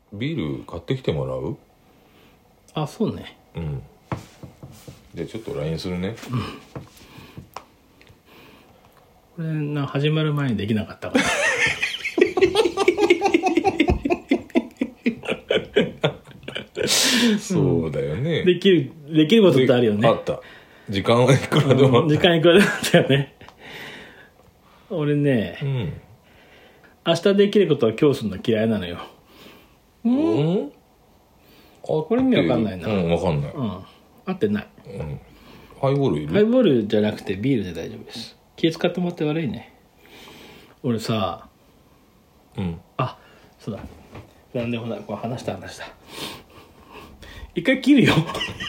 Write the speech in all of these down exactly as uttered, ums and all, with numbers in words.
ビール買ってきてもらう？ あ、そうね。 うんでちょっと ライン するね、うん、 これな始まる前にできなかったからそうだよね、 うん、できるできることってあるよね。 あった。時間はいくらでもあった、 うん、時間いくらでもあったよね。俺ね、うん、明日できることは今日するの嫌いなのよ。うん、うん、あこれ意味わかんないな。 うんわかんない、 うん、合ってない、うん、 ハイボールいる？ ハイボールじゃなくてビールで大丈夫です。気使ってもらって悪いね。俺さ、うん、あ、そうだ。なんでもない、これ話した話だ。一回切るよ。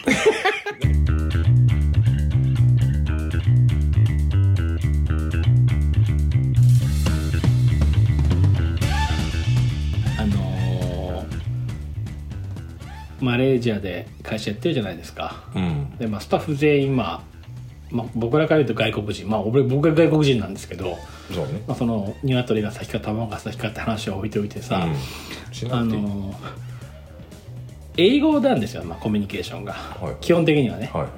あのー、マレーシアで会社やってるじゃないですか。うん、で、まあ、スタッフ全員まあまあ、僕らから言うと外国人、まあ、俺僕が外国人なんですけど、そうね、まあ、その鶏が先か卵が先かって話を置いておいてさ、うん、あの英語なんですよ、まあ、コミュニケーションが、はい、基本的にはね、はい、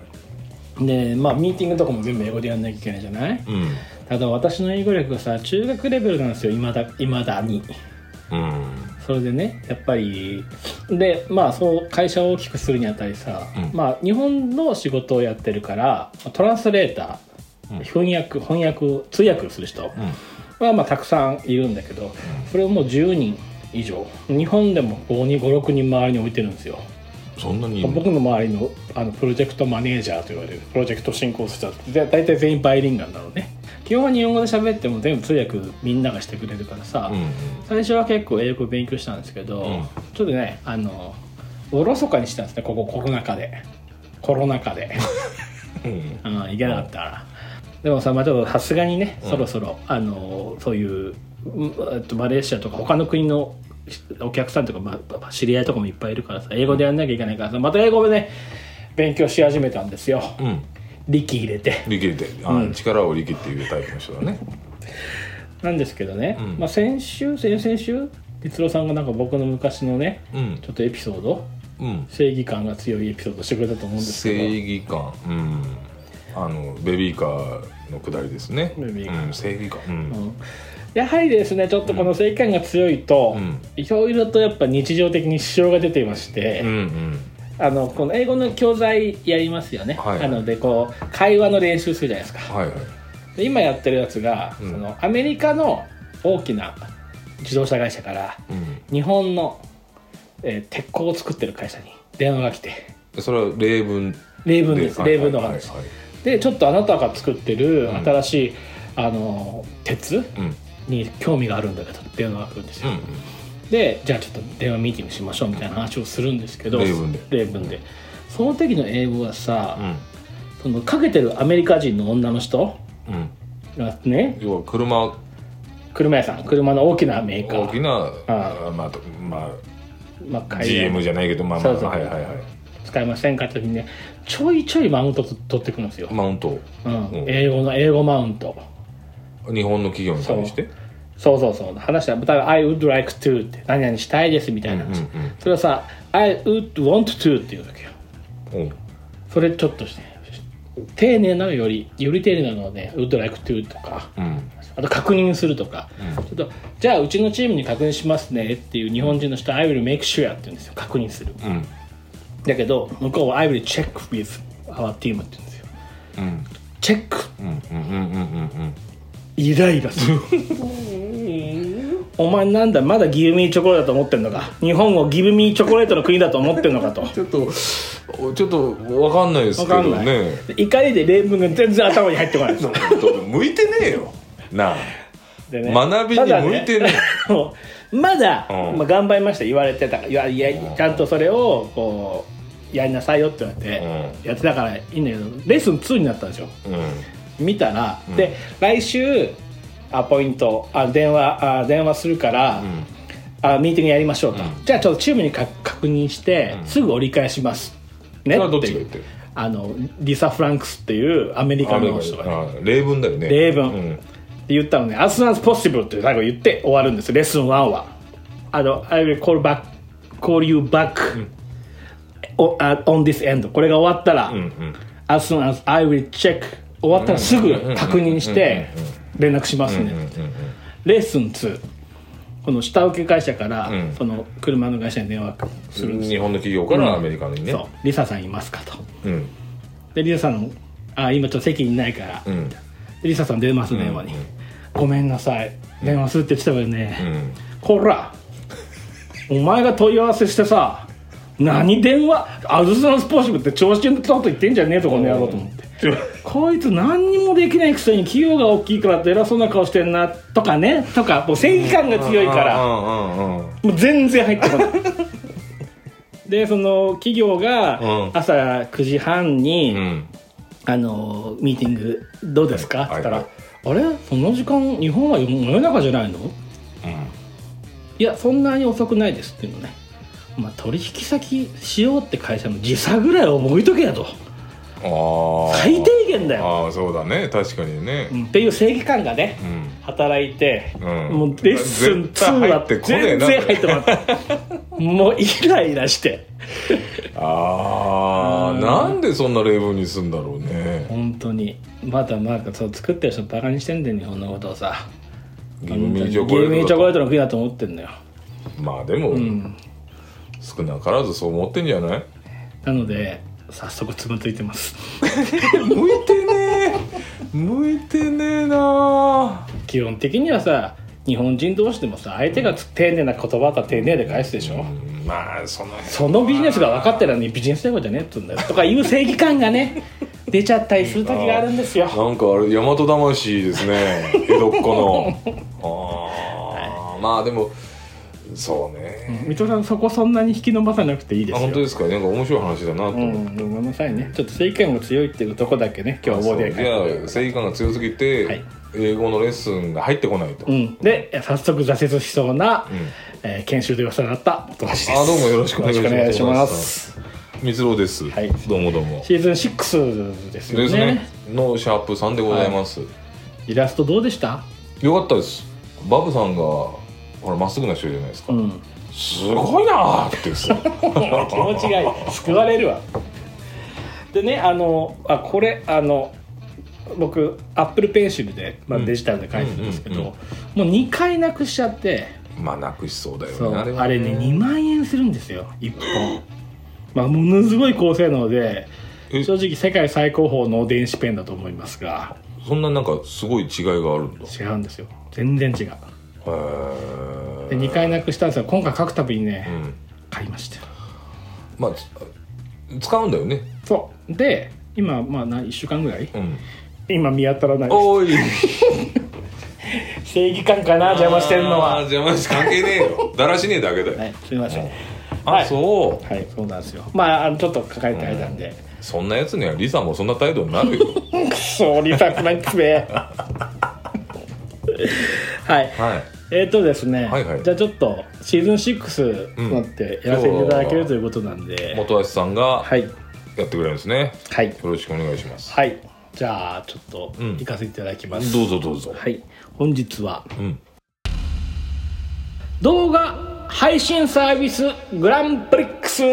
で、まあ、ミーティングとかも全部英語でやんなきゃいけないじゃない、うん、ただ私の英語力がさ中学レベルなんですよ、いまだ、いまだに、うん、それでねやっぱりでまあそう会社を大きくするにあたりさ、うん、まあ日本の仕事をやってるからトランスレーター、うん、翻訳翻訳通訳する人はまあたくさんいるんだけど、うん、それをもうじゅうにん以上日本でもご、ろくにん周りに置いてるんですよ。 そんなに僕の周り の, あのプロジェクトマネージャーと言われるプロジェクト進行する人は大体全員バイリンガルなのね。基本は日本語で喋っても全部通訳みんながしてくれるからさ、うんうん、最初は結構英語勉強したんですけど、うん、ちょっとねあのおろそかにしたんですね、ここコロナ禍でコロナ禍で、うん、いけなかったから、でもさ、まあ、ちょっとさすがにね、うん、そろそろあのそういうマレーシアとか他の国のお客さんとか、まあ、知り合いとかもいっぱいいるからさ英語でやんなきゃいけないからさ、また英語でね勉強し始めたんですよ、うん、力入れて力入れてあ、うん、力を力っていうタイプの人だね。 なんですけどね、うんまあ、先週先々週哲郎さんがなんか僕の昔のね、うん、ちょっとエピソード、うん、正義感が強いエピソードしてくれたと思うんですけど、 正義感、うん、あのベビーカーのくだりですね。ベビーカー、うん、正義感、うんうんやはりですねちょっとこの正義感が強いと、うん、いろいろとやっぱ日常的に支障が出ていまして、うんうん、あのこの英語の教材やりますよね、はいはい、なのでこう会話の練習するじゃないですか、はいはい、で今やってるやつが、うん、そのアメリカの大きな自動車会社から、うん、日本の、えー、鉄鋼を作ってる会社に電話が来て、 それは例文例文です、例文の話、はいはいはい、でちょっとあなたが作ってる新しい、うん、あの鉄、うんに興味があるんだけど電話が来るんですよ、うんうん、でじゃあちょっと電話ミーティングしましょうみたいな話をするんですけど、例文で例文でその時の英語はさ、うん、そのかけてるアメリカ人の女の人がね、 要は車車屋さん車の大きなメーカー大きなああまあまあ、まあ、ジーエム じゃないけどまあまあはいはいはい使いませんかって時にねちょいちょいマウント取ってくるんですよ。 マウント、 うんうん、英語の英語マウント日本の企業に対してそうそうそうそう話したら I would like to って何々したいですみたいな、うんうんうん、それはさ I would want to って言うわけよ、うん、それちょっとして丁寧なのよりより丁寧なのはね would like to とか、うん、あと確認するとか、うん、ちょっとじゃあうちのチームに確認しますねっていう日本人の人は I will make sure って言うんですよ、確認する、うん、だけど向こうは I will check with our team って言うんですよ、うん、チェック、うんうんうんうんうんイライラするお前なんだまだギブミーチョコレートだと思ってんのか、日本をギブミーチョコレートの国だと思ってんのかとちょっとちょっと分かんないですけどね、 怒りで例文が全然頭に入ってこない向いてねえよなあで、ね、学びに向いてねえ、ね、 まだ、うんまあ、頑張りました言われてたからいやいやちゃんとそれをこうやりなさいよって言われて、うん、やってたからいいんだけどレッスンツーになったんですよ、うん、見たら、うん、で来週アポイントあ電話あ電話するから、うん、あミーティングやりましょうと、うん、じゃあちょっとチームにか確認して、うん、すぐ折り返しますねってどっちが言ってるあのリサ・フランクスっていうアメリカの人が、 ね、例文だよね例文、うん、って言ったのね As soon as possible って最後言って終わるんですレッスンワンはあの I will call back call you back、うん、on this end これが終わったら、うんうん、as soon as I will check 終わったらすぐ確認して連絡しますね、うんうんうんうん、レッスンツーこの下請け会社から、うん、その車の会社に電話するんですよ。 日本の企業からアメリカにね、うん、 そうリサさんいますかと、うん、でリサさんあ今ちょっと席にいないから、うん、でリサさん出ます電話に、うんうん、ごめんなさい電話するって言ってたわよね、うん、こらお前が問い合わせしてさ何電話アズスナスポーシブって調子に乗ったこと言ってんじゃねえとこの野郎と思ってこいつ何にもできないくせに企業が大きいからって偉そうな顔してんなとかねとかもう正義感が強いからもう全然入ってこないでその企業が朝くじはんに、うん、あのミーティングどうですかって言ったら、はいはいはい、あれその時間日本は真夜中じゃないの、うん、いやそんなに遅くないですっていうのね、まあ、取引先しようって会社の時差ぐらい覚えとけやとあ最低限だよあそうだね確かにね、 うん、っていう正義感がね、うん、働いて、うん、もうレッスンツーは全然入ってもらったもうイライラしてああなんでそんな例文にすんだろうね本当にまだまだそう作ってる人バカにしてんだよ日本のことをさゲームミニチョコレートの国だと思ってんのよまあでも、うん、少なからずそう思ってんじゃないなので早速つまずいてます向いてねえ向いてねえな基本的にはさ日本人同士でもさ相手が丁寧な言葉だったら丁寧で返すでしょ、うん、 まあそのそのビジネスが分かってるのにビジネス英語じゃねえって言うんだよとかいう正義感がね出ちゃったりする時があるんですよなんかあれ大和魂ですね江戸っ子のあ、はい、まあでもそうね、 水戸さんそこそんなに引き伸ばさなくていいですよ。 本当ですかなんか面白い話だなと思って、うん、 ごめんなさいねちょっと正義感が強いっていうとこだけね今日は覚えてないいや正義感が強すぎて、はい、英語のレッスンが入ってこないと、 うん、で早速挫折しそうな、うんえー、研修でお世話になったお話です。 あどうもよろしくお願いしますみつろうです、はい、どうもどうもシーズンシックスですよねですねのシャープさんでございます、はい、 イラストどうでした？ よかったですバブさんがほらまっすぐな人じゃないですか、うん、すごいなーってさ気持ちがいい救われるわでねあのあこれあの僕アップルペンシルで、まあ、デジタルで書いてるんですけど、うんうんうんうん、もうにかいなくしちゃってまあなくしそうだよねそうあれはね、あれねにまんえんするんですよいっぽんまあものすごい高性能で正直世界最高峰の電子ペンだと思いますがそんななんかすごい違いがあるんだ違うんですよ全然違うでにかいなくしたんですが今回書くたびにね、うん、買いましたまあ使うんだよねそうで今まあいっしゅうかんぐらい、うん、今見当たらないですおい正義感かな邪魔してるのは邪魔し関係ねえよだらしねえだけだよ、 はい、すいませんあ、はい、そうはいそうなんですよまあちょっと抱えてあれなんで、うん、 そんなやつにはリサもそんな態度になるよくそリサくないっつめはい、はい、えーとですね、はいはい、じゃあちょっとシーズンシックスになってやらせていただけるということなんで、 本橋さんがやってくれるんですね、はい、よろしくお願いします。 はい、じゃあちょっと行かせていただきます、 うん、どうぞどうぞ。 はい、本日は、うん、動画配信サービスグランプリックス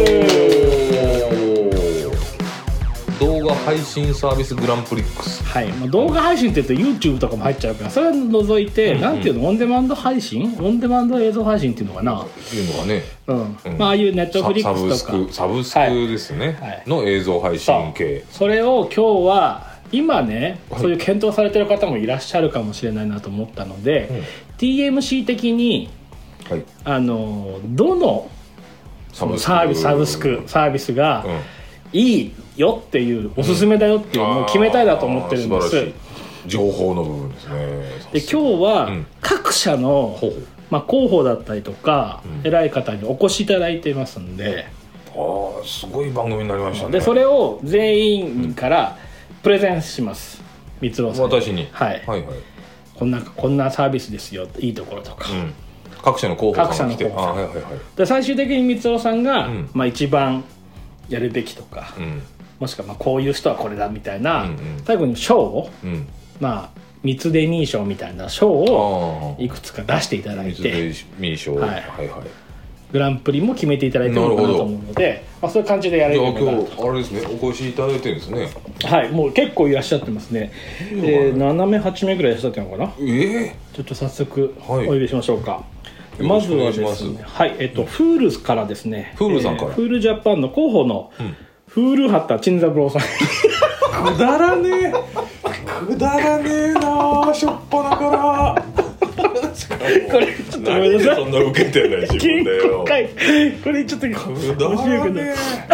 動画配信サービスグランプリックスはい、まあ、動画配信って言うと YouTube とかも入っちゃうからそれを除いて、うんうん、なんていうのオンデマンド配信オンデマンド映像配信っていうのかないうのがね、 うんうん、まあああいうネットフリックスとかサブスクサブスクですね、はい、の映像配信系そ, それを今日は今ね、はい、そういう検討されてる方もいらっしゃるかもしれないなと思ったので、うん、ティーエムシー 的に、はい、あのどのサブスクサービスサブスクサービスが、うんいいよっていうおすすめだよっていうのを決めたいなと思ってるんです、うん、素晴らしい情報の部分ですねで今日は各社の、うんまあ、広報だったりとか、うん、偉い方にお越しいただいてますんであすごい番組になりましたねでそれを全員からプレゼンします三郎さん私に、 はい、はいはいこんなこんなサービスですよいいところとか、うん、 各社の広報さんが来て各社の広報さん、はいはいはい、で最終的に三郎さんが、うんまあ、一番やるべきとか、うん、もしくはまあこういう人はこれだみたいな、うんうん、最後に賞を、うん、まあ三つデミー賞みたいな賞をいくつか出していただいて三つデミー賞、はい、はいはいグランプリも決めていただいてもいいかなと思うので、まあ、そういう感じでやれるようになると。 今日あれですね、お越しいただいてるんですね。 はい、もう結構いらっしゃってますね。えー、ななめいはちめいぐらいいらっしゃってるのかな。 えー、 ちょっと早速おはい呼びしましょうか。まずはですね、はい、えっと、フールからですね、 フールさんから、 えー、フールジャパンの広報の、うん、フールハッタ陳三郎さんくだらねえくだらねえなしょっぱなからこれちょっとごめんなさい、 そんな受けてない自分でよこれちょっとくだらね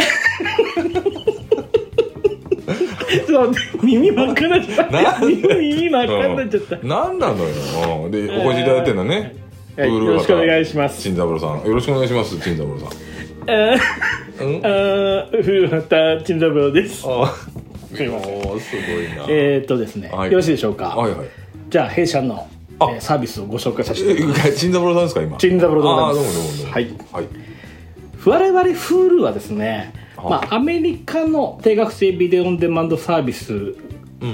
えそう耳真っ赤になっちゃった耳真っ赤になっちゃった、 うん、何なのよ、うん、でお越しいただいてるのね、 はい、よろしくお願いします。 陳三郎さん、よろしくお願いします。陳三郎さん。 ああ、古畑陳三郎です。 あすいません。 すごいな。 えーっとですね、はい、よろしいでしょうか。 はいはい。 じゃあ弊社の、えー、サービスをご紹介させていただきます。 陳三郎さんですか今。 陳三郎でございます。 あ、どうもどうもどうも。 はい。 はい。 我々フールはですね、まあアメリカの定額制ビデオオンデマンドサービス。うん、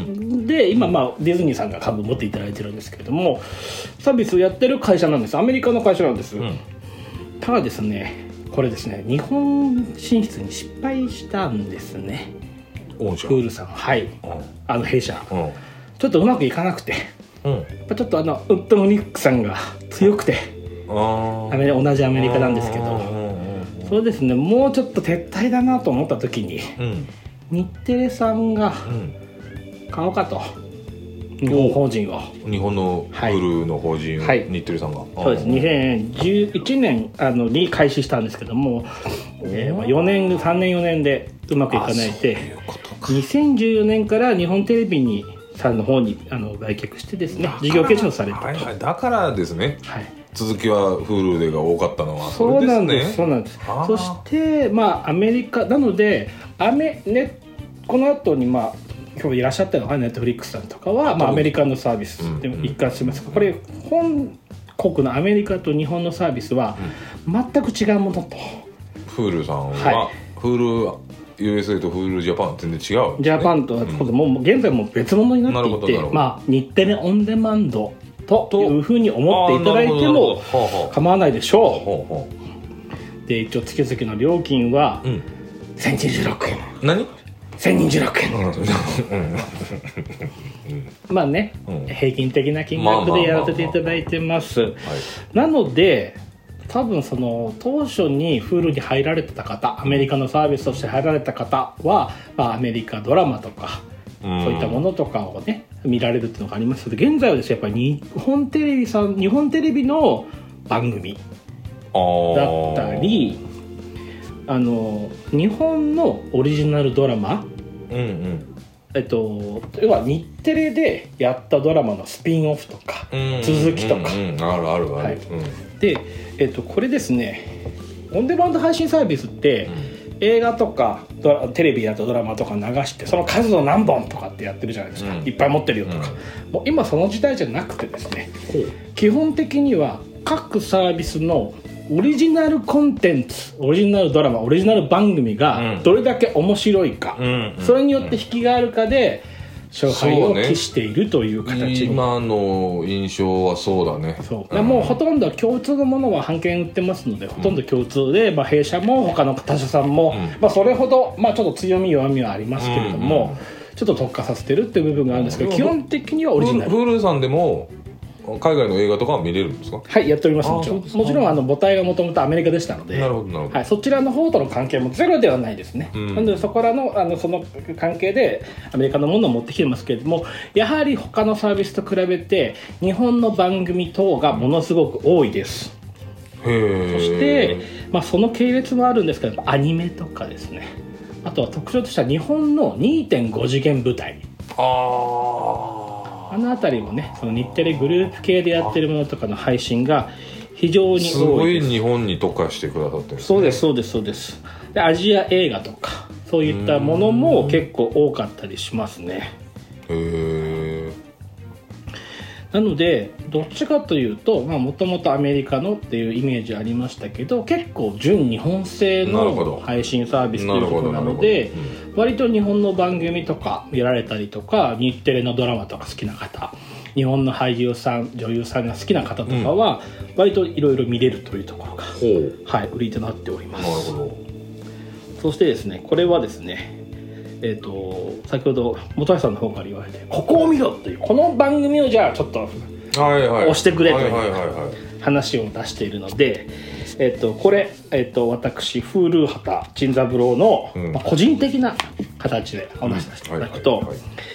で今、まあ、ディズニーさんが株持っていただいてるんですけれども、サービスをやってる会社なんです。アメリカの会社なんです、うん、ただですね、これですね、日本進出に失敗したんですね。フールさん、はい、うん、あの弊社、うん、ちょっとうまくいかなくて、うん、ちょっとあのウッド・ムニックさんが強くて、あアメ同じアメリカなんですけど、そうですね、もうちょっと撤退だなと思った時に、うん、日テレさんが、うん買おうかと、日本法人を、 日本のフールの法人を、はい、日テレさんが、 そうです、にせんじゅういちねんあのに開始したんですけども、えーまあ、よねんさんねんよねんでうまくいかないで、にせんじゅうよねんから日本テレビにさんの方にあの売却してですね、事業継承されたと、 はいはい、だからですね、はい、続きは Hulu でが多かったのはそれですね。 そうなんです、そうなんです。そしてまあアメリカなのでアメ、ね、この後にまあ今日いらっしゃったのがネットフリックスさんとかは、まあ、アメリカのサービスでも一貫してますが、これ本国のアメリカと日本のサービスは全く違うものと。 Hulu さんは、はい、Hulu ユーエスエー と Hulu ジャパン全然違う、ね、 ジャパンとは、うん、もう現在も別物になっていて、まあ、日テレオンデマンドというふうに思っていただいても構わないでしょう。で一応月々の料金はせんにじゅうろくえん。 何せんにじゅうろくえん、まあね、うん、平均的な金額でやらせていただいてます。なので多分その当初に Hulu に入られてた方、アメリカのサービスとして入られた方は、まあ、アメリカドラマとか、うん、そういったものとかをね見られるっていうのがありますので、現在はですねやっぱり日本テレビさん日本テレビの番組だったり、あの日本のオリジナルドラマ、うんうん、えっと、要は日テレでやったドラマのスピンオフとか、うんうん、続きとか、うんうん、 あるあるある、はい、うん、 で、えっと、これですね、オンデマンド配信サービスって、うん、映画とかドラテレビやったドラマとか流してその数の何本とかってやってるじゃないですか、うん、いっぱい持ってるよとか、うん、もう今その時代じゃなくてですね、うん、基本的には各サービスのオリジナルコンテンツ、オリジナルドラマ、オリジナル番組がどれだけ面白いか、うんうん、それによって引きがあるかで勝敗を期しているという形に、 ね、今の印象はそうだね。 そう、うん、もうほとんど共通のものは版権売ってますので、ほとんど共通で、まあ、弊社も他の他社さんも、うん、まあ、それほど、まあ、ちょっと強み弱みはありますけれども、うんうん、ちょっと特化させてるっていう部分があるんですけど、うん、基本的にはオリジナル。 Huluさんでも海外の映画とかは見れるんですか？ はい、やっております。もちろん、もちろんあの母体がもともとアメリカでしたので、 なるほどなるほど、 はい、そちらの方との関係もゼロではないですね、うん、なのでそこらの、あのその関係でアメリカのものを持ってきてますけれども、やはり他のサービスと比べて日本の番組等がものすごく多いです。へー。そして、まあ、その系列もあるんですけど、アニメとかですね、あとは特徴としては日本の にてんご 次元舞台、ああのあたりもね、その日テレグループ系でやってるものとかの配信が非常に多いです。 すごい日本に特化してくださってるんですね。 そうですそうですそうです。でアジア映画とかそういったものも結構多かったりしますね。へえ。なのでどっちかというと、もともとアメリカのっていうイメージありましたけど、結構純日本製の配信サービスということなので、うん、割と日本の番組とか見られたりとか、日テレのドラマとか好きな方日本の俳優さん女優さんが好きな方とかは割といろいろ見れるというところが、うん、はい、売りとなっております。なるほど。そしてですね、これはですね、えー、と先ほど本橋さんの方から言われてここを見ろというこの番組をじゃあちょっと押してくれという話を出しているので、えー、とこれ、えー、と私風流畑陳三郎の、うんまあ、個人的な形でお話しさせていただくと、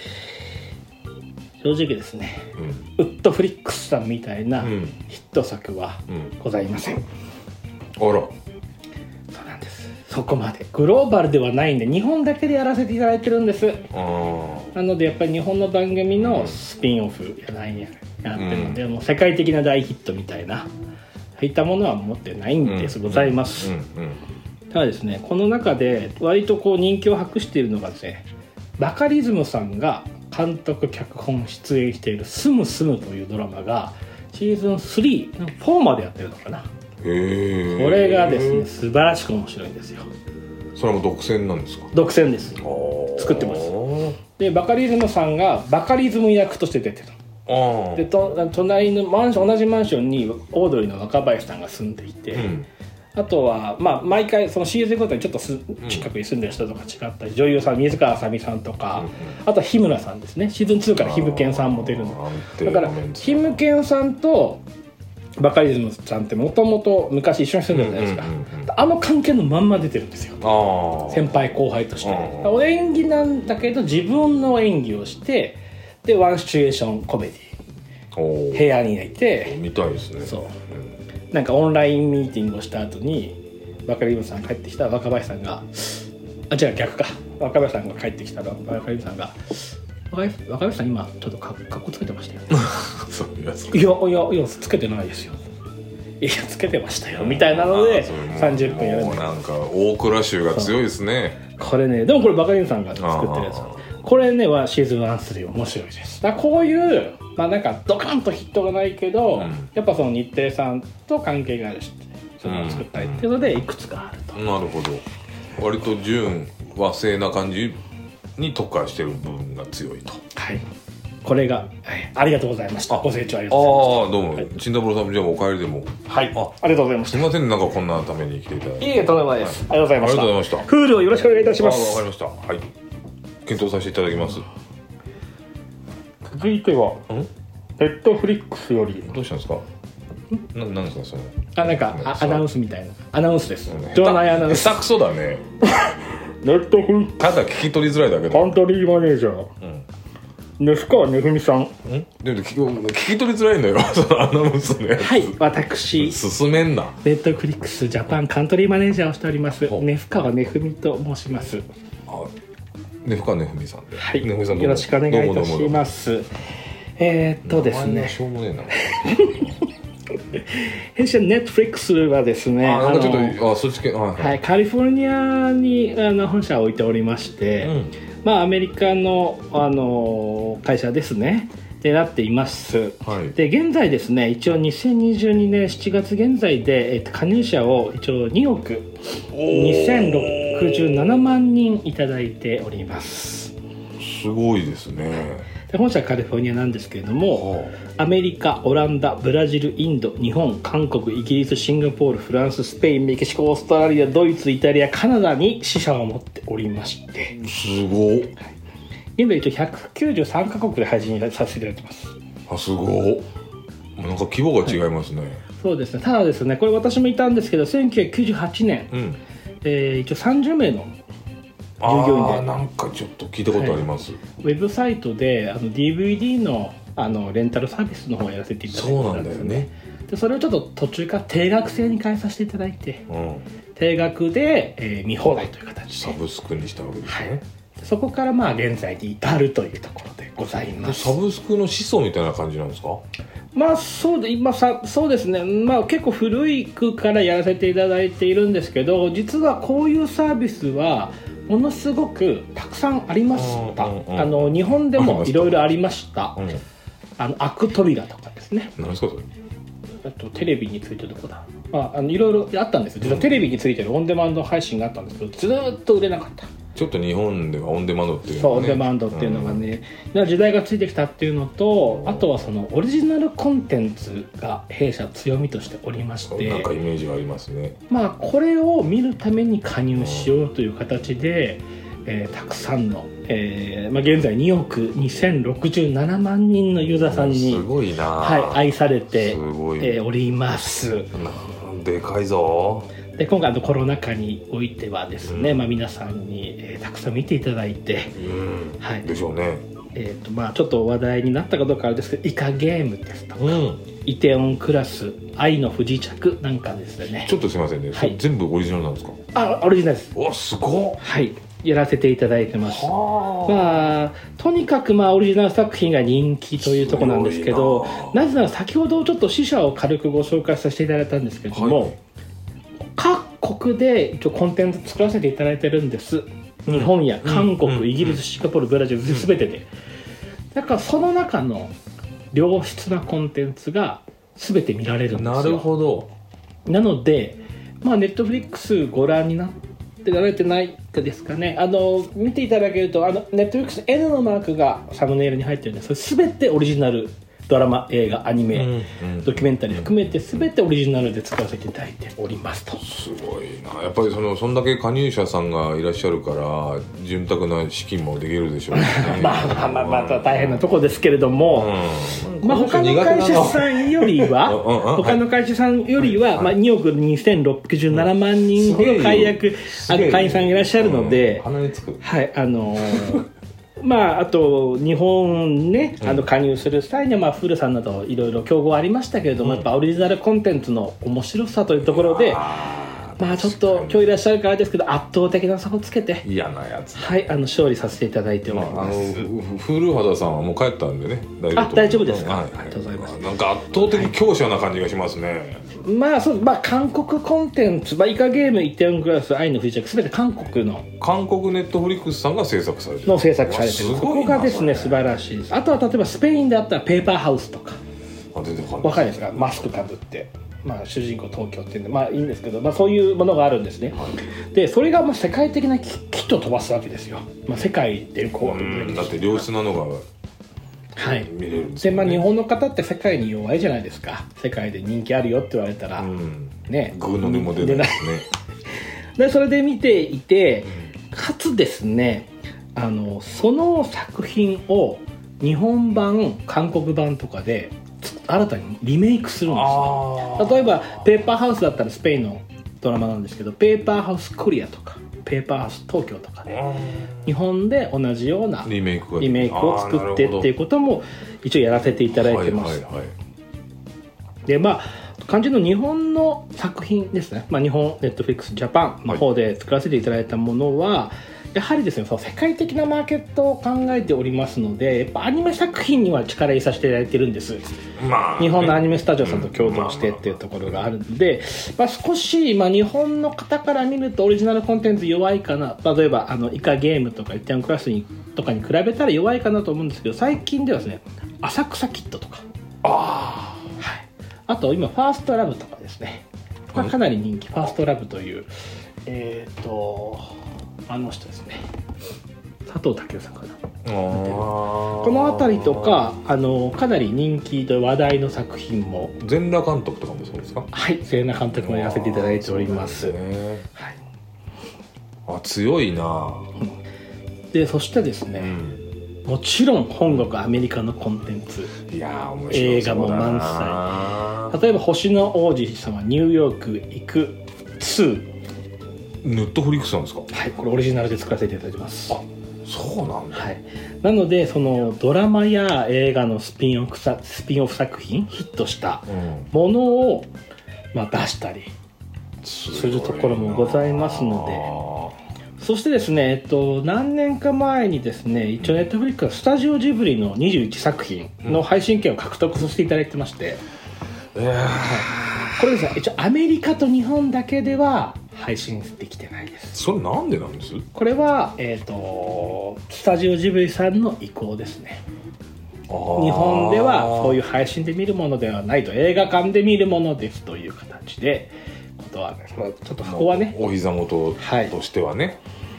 正直ですね、うん、ウッドフリックスさんみたいなヒット作はございません、うんうん、あらそこまでグローバルではないんで日本だけでやらせていただいてるんです。あなのでやっぱり日本の番組のスピンオフやないややってるので、うん、もう世界的な大ヒットみたいなそういったものは持ってないんです、うん、ございます、うんうんうん、ただですねこの中で割とこう人気を博しているのがですねバカリズムさんが監督脚本出演しているスムスムというドラマがシーズンスリー、フォーまでやってるのかな。へーこれがですね素晴らしく面白いんですよ。 それも独占なんですか？ 独占です。作ってます。でバカリズムさんがバカリズム役として出てる。あでと隣のマンション同じマンションにオードリーの若林さんが住んでいて、うん、あとは、まあ、毎回そのシーズンごとにちょっとす近くに住んでる人とか違ったり、うん、女優さん水川あさみさんとか、うん、あとは日村さんですね。シーズンツーからヒムケンさんも出るのだからヒムケンさんとバカリズムさんってもともと昔一緒に住んでるじゃないですか、うんうんうんうん、あの関係のまんま出てるんですよ。あ先輩後輩としてお演技なんだけど自分の演技をしてでワンシチュエーションコメディ部屋にいて見たいですね。 そう、うん、なんかオンラインミーティングをした後にバカリズムさん帰ってきたら若林さんがあ違う逆か若林さんが帰ってきたら若林さんが若林さん今ちょっとかっこつけてましたよねそういうやついやいやいやつけてないですよいやつけてましたよみたいなのでさんじゅっぷんやるんです。 なんか大蔵衆が強いですね。 これねでもこれバカリズムさんが作ってるやつこれねはシーズンワン、スリー面白いです。だからこういうまあなんかドカンとヒットがないけど、うん、やっぱその日テレさんと関係があるしそれを作ったりっていうのでいくつかあると、 うん、なるほど。割と純和製な感じに特化してる部分が強いと。 はい。これが、はい、ありがとうございました。ご清聴ありがとうございました。 ああどうも。陳三郎さんもじゃあお帰りでも。 はい。あ、ありがとうございました。 すみませんなんかこんなために来ていただいて。 いいえとんでもないです。はい、ありがとうございました。 ありがとうございました。 フールをよろしくお願いいたします。 あ、わかりました。はい。検討させていただきます。 続いてはネットフリックスよりどうしたんですか。ななんですかその。 あなんかあアナウンスみたいなアナウンスです。場内アナウンス。 下手くそだね。 ネットフリックスただ聞き取りづらいだけどカントリーマネージャー、うん、根川ねふみさんんでも聞き、聞き取りづらいんだよそのアナウンスのやつ。 はい私進めんな。 ネットフリックスジャパンカントリーマネージャーをしております根川ねふみと申します。 あ根川ねふみさんで、 はい、ねふみさんよろしくお願いいたします。えー、っとですねしょうもねえな弊社ネットフリックスはですねあなんかちょっとあそっち系、はいはいはい、カリフォルニアにあの本社を置いておりまして、うんまあ、アメリカの、あの会社ですねでなっています、はい、で現在ですね一応にせんにじゅうにねんしちがつ現在で、えっと、加入者を一応におくにせんろくじゅうななまんにんいただいております。 すごいですね。 で本社はカリフォルニアなんですけれども、アメリカ、オランダ、ブラジル、インド、日本、韓国、イギリス、シンガポール、フランス、スペイン、メキシコ、オーストラリア、ドイツ、イタリア、カナダに支社を持っておりまして、 すごい。 現在一応ひゃくきゅうじゅうさんカ国で配信させていただいてます。 あ、すごい。なんか規模が違いますね、はい、 そうですね。ただですね、これ私もいたんですけど、せんきゅうひゃくきゅうじゅうはちねん、うんえー、一応さんじゅうめいの従業員で、 あなんかちょっと聞いたことあります、はい、 ウェブサイトであの ディーブイディー の, あのレンタルサービスの方をやらせていただいてたんです、ね、そうなんだよね。でそれをちょっと途中から定額制に変えさせていただいて、うん、定額で、えー、見放題という形でサブスクにしたわけですね、はい、 そこからまあ現在に至るというところでございます。 サブスクの始祖みたいな感じなんですか。 まあそうで今さそうですね、まあ、結構古い区からやらせていただいているんですけど、実はこういうサービスはものすごくたくさんありました、うんうん、あの日本でもいろいろありました、うん、あのアク扉とかですね。 何ですかそれ。 あとテレビについてるとこだ、まあ、あのいろいろあったんですよ。実はテレビについてるオンデマンド配信があったんですけどずっと売れなかった。 ちょっと日本ではオンデマンドっていうのが、ね、そうオンデマンドっていうのがね、うん、時代がついてきたっていうのと、あとはそのオリジナルコンテンツが弊社強みとしておりまして、 なんかイメージがありますね。 まあこれを見るために加入しようという形で、うんえー、たくさんの、えーまあ、現在におくにせんろくじゅうななまんにんのユーザーさんにすごいな、 はい、愛されてすごい、 えー、おります。 でかいぞ。 で今回のコロナ禍においてはですね、うんまあ、皆さんに、えー、たくさん見ていただいて、 うんはい、 でしょうね。 えーとまあ、ちょっと話題になったかどうかあれですけどイカゲームですとか、うん、イテオンクラス愛の不時着なんかですね。 ちょっとすいませんね、はい、全部オリジナルなんですか？ あ、オリジナルです。 おすごっ。 はいやらせていただいてます。まあとにかくまあオリジナル作品が人気というところなんですけど、な, なぜなら先ほどちょっと試写を軽くご紹介させていただいたんですけれども、はい、各国で一応コンテンツ作らせていただいてるんです。日本や韓国、うん、イギリス、シンガポール、ブラジル全てで、うん、だからその中の良質なコンテンツが全て見られるんですよ。 なるほど。 なのでまあネットフリックスご覧になってられてないかですかね。あの見ていただけるとあのネットフリックス N のマークがサムネイルに入ってるんで、それ全てオリジナルドラマ、映画、アニメ、うんうん、ドキュメンタリー含めて全てオリジナルで使わせていただいておりますと。 すごいな。やっぱりそのそんだけ加入者さんがいらっしゃるから潤沢な資金もできるでしょうね。 まあまあまあまた大変なとこですけれども、うん、まあ他の会社さんよりは他の会社さんよりは、はいまあ、におくにせんろっぴゃくじゅうななまんにんほど解約ある会員さんいらっしゃるので、 うん、鼻につく。 はいあのーまあ、あと日本ね、あの加入する際には、まあ、古さんなどいろいろ競合ありましたけれども、うん、やっぱオリジナルコンテンツの面白さというところで、まあちょっと今日いらっしゃるからですけど圧倒的な差をつけて嫌なやつ、 はい、あの勝利させていただいております。まあ、あの古畑さんはもう帰ったんでね大丈夫。あ、大丈夫ですか、はい、ありがとうございます。 なんか圧倒的強者な感じがしますね、はい、 まあそう、まあ、韓国コンテンツ、まあ、イカゲーム、イテオンクラス、愛の不時着、すべて韓国の韓国ネットフリックスさんが制作されてるの制作されてる。そこがですね素晴らしいです。あとは例えばスペインであったらペーパーハウスとか、 あ出てこないわかるんですか、マスクかぶって、まあ、主人公東京っていうんでまあいいんですけど、まあ、そういうものがあるんですね、はい、でそれがまあ世界的なキット飛ばすわけですよ、まあ、世界でこうだって良質なのがはい見れるんですよね。 で、まあ、日本の方って世界に弱いじゃないですか。世界で人気あるよって言われたら、うん、ねグーの音も出ないですねでそれで見ていて、かつですねあのその作品を日本版韓国版とかで新たにリメイクするんですよ。例えばペーパーハウスだったらスペインのドラマなんですけど、ペーパーハウスコリアとかペーパーハウス東京とかで日本で同じようなリメイクリメイクを作ってっていうことも一応やらせていただいてます、はいはいはい、でまあ肝心の日本の作品ですね、まあ、日本ネットフリックスジャパンの方で作らせていただいたものは、はい、やはりですね、その世界的なマーケットを考えておりますので、やっぱアニメ作品には力入れさせていただいてるんです、まあ、日本のアニメスタジオさんと共同してっていうところがあるので、まあ、少し、まあ、日本の方から見るとオリジナルコンテンツ弱いかな、例えばあのイカゲームとかイテオンクラスにとかに比べたら弱いかなと思うんですけど、最近ではですね浅草キッドとか、あ、はい、あと今ファーストラブとかですね、まあ、かなり人気、ファーストラブというえっ、ー、とあの人ですね、佐藤健さんかな、この辺りとかあのかなり人気と話題の作品も、 全裸監督とかもそうですか？ はい、全裸監督もやらせていただいております。ね、はい、 あ、強いな。 でそしてですね、うん、もちろん本国アメリカのコンテンツ、 いや面白映画も満載。例えば星の王子様ニューヨーク行くツー、 ネットフリックスなんですか？ はい、これオリジナルで作らせていただいてます。 あ、そうなんだ。 はい、なのでそのドラマや映画のスピンオフさスピンオフ作品ヒットしたものを、まあ、出したりするところもございますので、そしてですね、えっと、何年か前にですね、一応ネットフリックスはスタジオジブリのにじゅういちさく品の配信権を獲得させていただいてまして、うん、はい、これですね、一応アメリカと日本だけでは配信できてないです。 それなんでなんです？ これは、えーと、スタジオジブリさんの意向ですね。日本ではそういう配信で見るものではないと、映画館で見るものですという形でことは、ね、ちょっとそこはね、 お膝元としてはね、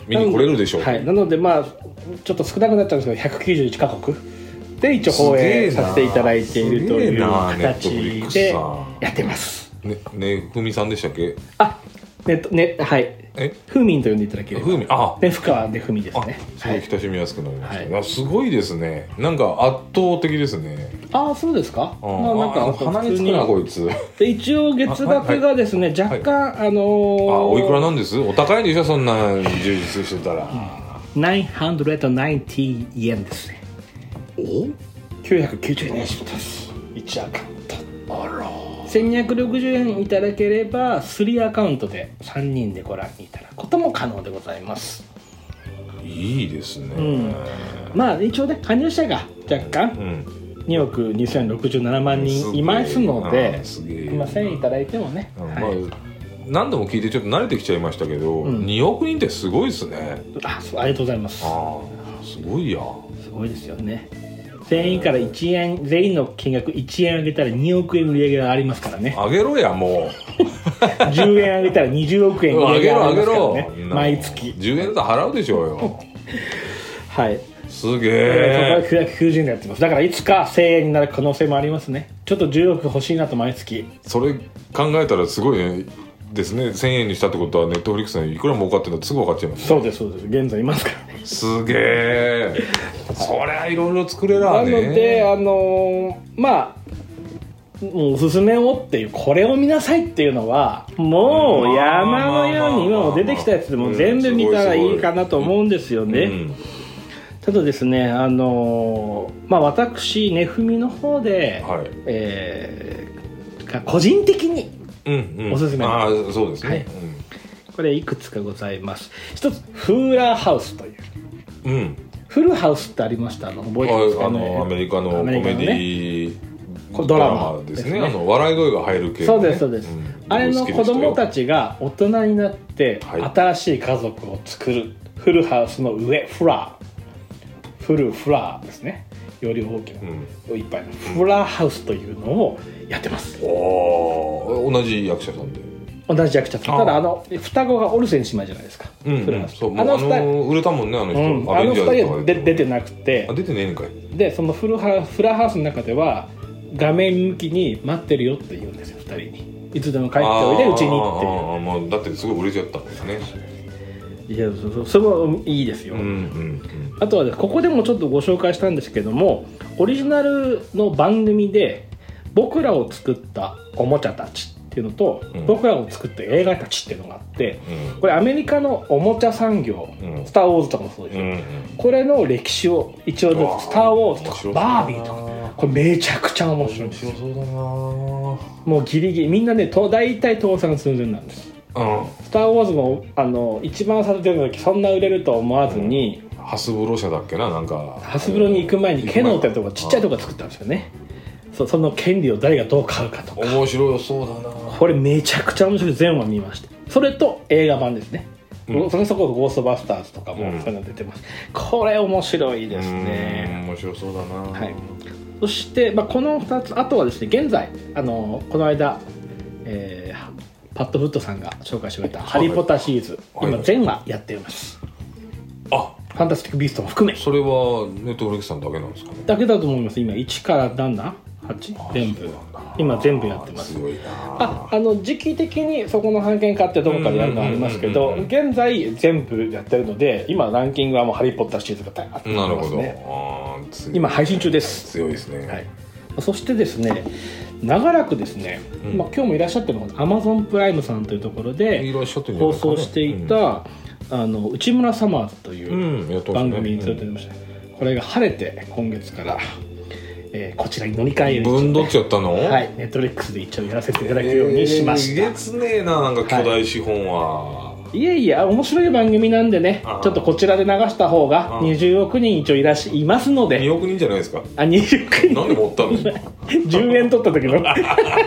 見に来れるでしょう。 はい、なのでまあちょっと少なくなっちゃうんですけどひゃくきゅうじゅういちカ国で一応放映させていただいているという形でやってます。 ね、ねふみさんでしたっけ？ あ、ねねはい。 え、 ふみんと呼んでいただければ。 ふみ、あ、 ね、深川でふみですね。 すごい親しみやすくなりました。はい、すごいですね。なんか圧倒的ですね。 ああ、そうですか。 あ、まあ、なんか鼻につくなこいつ。 で一応月額がですね、はい、若干、はい、あのー、 あ、おいくらなんです？お高いでしょそんな充実してたら。うん、 きゅうひゃくきゅうじゅうえんですね。 お？ きゅうひゃくきゅうじゅうえんします。いちアカウント。 あら。 せんにひゃくろくじゅうえんいただければスリーアカウントでさんにんでご覧いただくことも可能でございます。 いいですね。 うん、まあ一応ね加入者が若干におくにせんろくじゅうななまんにんいますので、すいませんいただいてもね。 うん、はい、まあ何度も聞いてちょっと慣れてきちゃいましたけど、うん、におくにんってすごいですね。 あ、ありがとうございます。 あ、すごいや。 すごいですよね。全員からいちえん、全員の金額いちえんあげたらにおくえん売り上げがありますからね。 あげろやもうじゅうえんあげたらにじゅうおくえん売り上げがありますからね。毎月じゅうえんだと払うでしょうよ。 はい、 すげえ。 きゅうひゃくきゅうじゅうえんでやってます。だからいつかせんえんになる可能性もありますね。ちょっとじゅうおく欲しいなと毎月。 それ考えたらすごいねですね。せんえんにしたってことはネットフリックスにいくら儲かってるのってすぐ分かっちゃいますね。 そうですそうです。現在いますからね。 すげえ。そりゃいろいろ作れらね。 なのであのー、まあもうおすすめをっていうこれを見なさいっていうのはもう山のように今も出てきたやつでも全部見たらいいかなと思うんですよね。うん、ただですねあのー、まあ私ねふみの方で、はい、えー、個人的におすすめ、 うんうん、ああそうですね、はい、うん、 これいくつかございます。一つフーラーハウスという、 うん、 フルハウスってありました。あの覚えてますかね。 あのアメリカのコメディドラマですね。あの笑い声が入る系、ね、 そうですそうです、うん、あれの子供たちが大人になって新しい家族を作る、はい、フルハウスの上フラーフルフラーですね。より大きな、うん、いっぱいのフラーハウスというのをやってます。 お同じ役者さんで同じ役者さん。ただあの双子がオルセン姉妹じゃないですか。 うん、うん、そうあの二人売れたもんねあの人、うん、 あの二人は出てなくて。 あ出てねえんかい。 でそのフルハフラーハウスの中では画面向きに待ってるよって言うんですよ。ふたりにいつでも帰っておいでうちにっていう。 ああ、まあ、だってすごい売れちゃったんですね。 いやそそそれはいいですよ、うんうんうん、あとはここでもちょっとご紹介したんですけどもオリジナルの番組で僕らを作ったおもちゃたちっていうのと、うん、僕らを作った映画たちっていうのがあって、うん、これアメリカのおもちゃ産業、うん、スター・ウォーズとかもそうですよ、うんうん、これの歴史を一応ずつスター・ウォーズとかバービーとかこれめちゃくちゃ面白いんですよ。面白そうだな。もうギリギリみんなね大体倒産寸前なんです。うん、スター・ウォーズもあの一番最初出た時そんな売れると思わずに、 うん、ハスブロ社だっけななんかハスブロに行く前にケノーってとこちっちゃいとこ作ったんですよね。そ, その権利を誰がどう買うかとか面白そうだな。 これめちゃくちゃ面白い。全話見ました。それと映画版ですね、うん、それそこゴーストバスターズとかもそういうの出てます、うん、これ面白いですね。 面白そうだな、 はい、そして、まあ、このふたつあとはですね現在あのこの間、えーパッドフットさんが紹介してくれたハリーポッターシリーズ、はい、今全話やっています。 あ、 ファンタスティックビーストも含め。 それはネットフリックスさんだけなんですかね。 だけだと思います。今いちから何だはち全部今全部やってます。 強いなあ、あの時期的にそこの版権買ってどこかでやるのはありますけど現在全部やってるので今ランキングはもうハリーポッターシリーズがあってますね。なるほど。あ今配信中です。 強いですね、 はい、そしてですね長らくですね、うんまあ、今日もいらっしゃってるのが Amazon プライムさんというところで放送していた、うん、あの内村サマーズという番組に連れて出ました、うんねうん、これが晴れて今月から、えー、こちらに乗り換えるぶんどっちゃったの？ はい、ネットフリックスで一応やらせていただくようにしました。 えげつねえな、なんか巨大資本は、 はい、いえいえ面白い番組なんでねちょっとこちらで流した方がにじゅうおくにん一応いらっしゃいますので。 におくにんじゃないですか。 あ、にじゅうおくにんなんで持ったの？ じゅうえん取った時のふ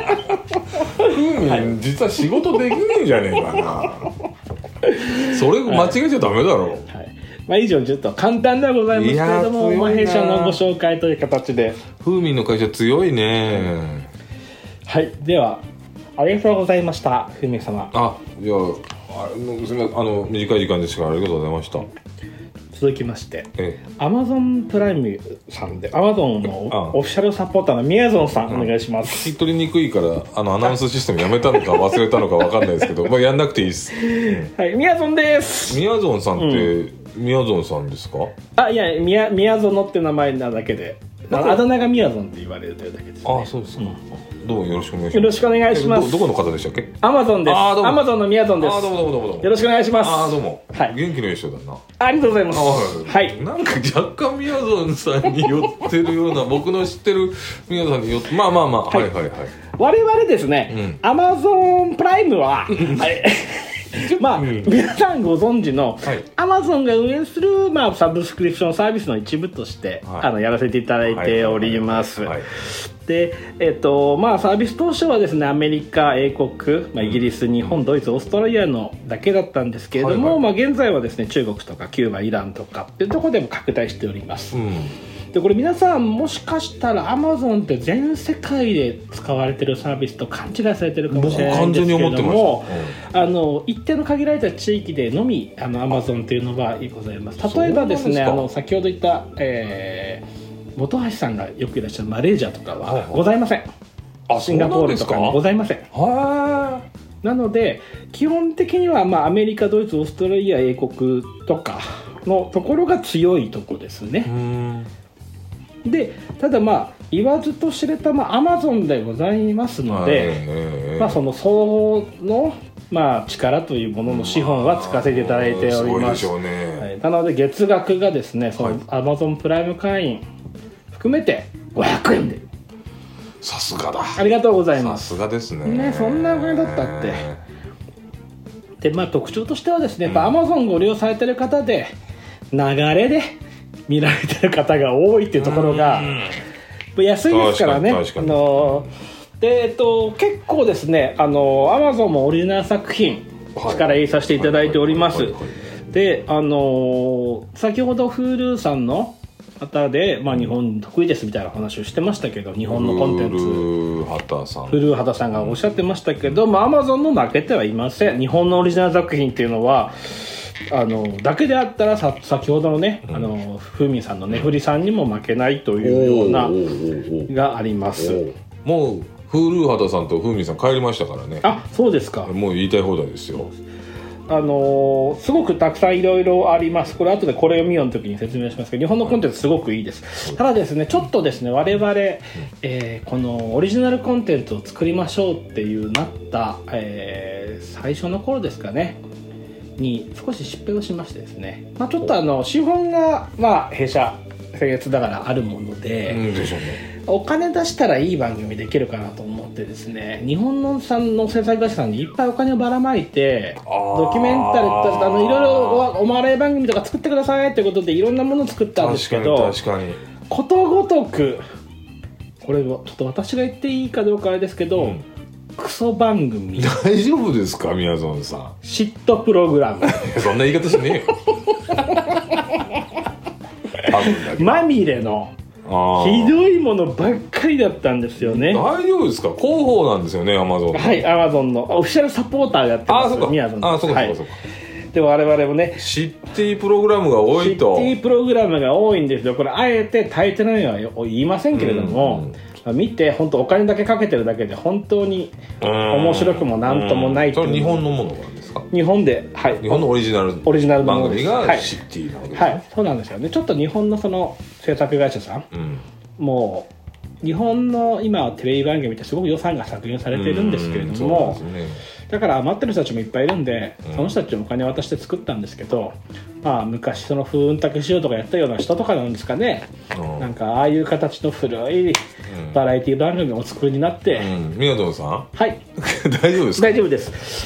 うみん実は仕事できねえんじゃねえかな。それ間違えちゃダメだろう、はいはい。 まあ、以上ちょっと簡単ではございますけれども弊社のご紹介という形で。 ふうみんの会社強いね。 はい、ではありがとうございました。ふうみん様。 あ、じゃああの短い時間ですがありがとうございました。 続きましてアマゾンプライムさんでアマゾンのオフィシャルサポーターのみやぞんさん、お願いします。 聞き取りにくいからあのアナウンスシステムやめたのか忘れたのか分かんないですけどまあやんなくていいです、 うん、はい、みやぞんです。 みやぞんさんって、うん、みやぞんさんですか？ あ、いや、みや、みやぞのって名前なだけで、あだ名がみやぞんって言われるというだけです、ね、 あ、そうですか、うん、どうもよろしくお願いします。 よろしくお願いします。 ど, どこの方でしたっけ？ アマゾンです。 アマゾンのみやぞんです。 あ、どうもどうもどうもどうもよろしくお願いします。 あ、どうも、 はい、 元気のいい人だな。 ありがとうございます。はい、 なんか若干みやぞんさんに寄ってるような僕の知ってるみやぞんに寄ってまあまあまあ、はい、はいはいはい。 我々ですね、アマゾンプライムははいまあ、うん、皆さんご存知の、はい、アマゾンが運営する、まあ、サブスクリプションサービスの一部として、はい、あのやらせていただいております。で、えっとまあ、サービス当初はですねアメリカ、英国、まあ、イギリス、日本、ドイツ、オーストラリアのだけだったんですけれども、はいはい、まあ、現在はですね中国とかキューバ、イランとかっていうところでも拡大しております。うん、でこれ皆さんもしかしたら Amazon って全世界で使われてるサービスと勘違いされてるかもしれないんですけれども、うん、あの一定の限られた地域でのみあの Amazon というのがございます。例えばですね、あの先ほど言った、えー、本橋さんがよくいらっしゃるマレーシアとかはございません。あ、シンガポールとかもございません。はなので基本的には、まあ、アメリカ、ドイツ、オーストラリア、英国とかのところが強いところですね。うん、でただまあ言わずと知れた、まあ、Amazon でございますので、まあ、その総合の、まあ、力というものの資本は使わせていただいております。 そうでしょうね。 はい、なので月額がですねその Amazon プライム会員含めてごひゃくえんで。 さすがだ。 ありがとうございます。 さすがです ね, ねそんなお金だったって。で、まあ、特徴としてはですね、やっぱ Amazon ご利用されてる方で流れで見られてる方が多いっていうところが安いですからね。あので、えっと、結構ですねあの Amazon もオリジナル作品力入れさせていただいております。で、あの先ほど Hulu さんの方で、まあ、日本得意ですみたいな話をしてましたけど、日本のコンテンツ古畑さん古畑さんがおっしゃってましたけど、まあ、Amazon も負けてはいません。日本のオリジナル作品っていうのはあのだけであったらさ先ほどのね、うん、あのふみさんのねふりさんにも負けないというようながあります。 もう古畑さんとふみさん帰りましたからね。 あ、そうですか。 もう言いたい放題ですよ。 あのー、すごくたくさんいろいろあります。これ後でこれ読みようの時に説明しますけど、日本のコンテンツすごくいいです。ただですね、ちょっとですね我々、えー、このオリジナルコンテンツを作りましょうっていうなった、えー、最初の頃ですかねに少し失敗をしましてですね、まあ、ちょっとあの資本が、まあ、弊社僭越だからあるもので、うんでしょうね、お金出したらいい番組できるかなと思ってですね、日本の産の制作会社さんにいっぱいお金をばらまいてドキュメンタリーあのいろいろ お, お笑い番組とか作ってくださいということでいろんなものを作ったんですけど、 確かに確かにことごとくこれちょっと私が言っていいかどうかあれですけど、うん、クソ番組。 大丈夫ですか、みやぞんさん。 嫉妬プログラムそんな言い方しねえよまみれのひどいものばっかりだったんですよね。 大丈夫ですか。広報なんですよね、アマゾン。 はい、アマゾンのオフィシャルサポーターやってます。みやぞん。 あ、そうかそうかそうか。 で我々もね、 シッティプログラムが多いと。 シッティプログラムが多いんですよ。これあえて大抵のようは言いませんけれども、うん、見て本当お金だけかけてるだけで本当に面白くもなんともないという。 それ日本のものなんですか。 日本で、はい、 日本のオリジナルオリジナル番組がシッティなわけですね。 はい、はい、そうなんですよね。ちょっと日本のその制作会社さん、うん、もう日本の今テレビ番組ってすごく予算が削減されてるんですけれども、うん、ね、だから余ってる人たちもいっぱいいるんで、うん、その人たちにお金を渡して作ったんですけど、まあ、昔その風雲竹しようとかやったような人とかなんですかね、うん、なんかああいう形の古いバラエティ番組をお作りになって、 うん、宮藤さん、 はい大丈夫ですか。 大丈夫です。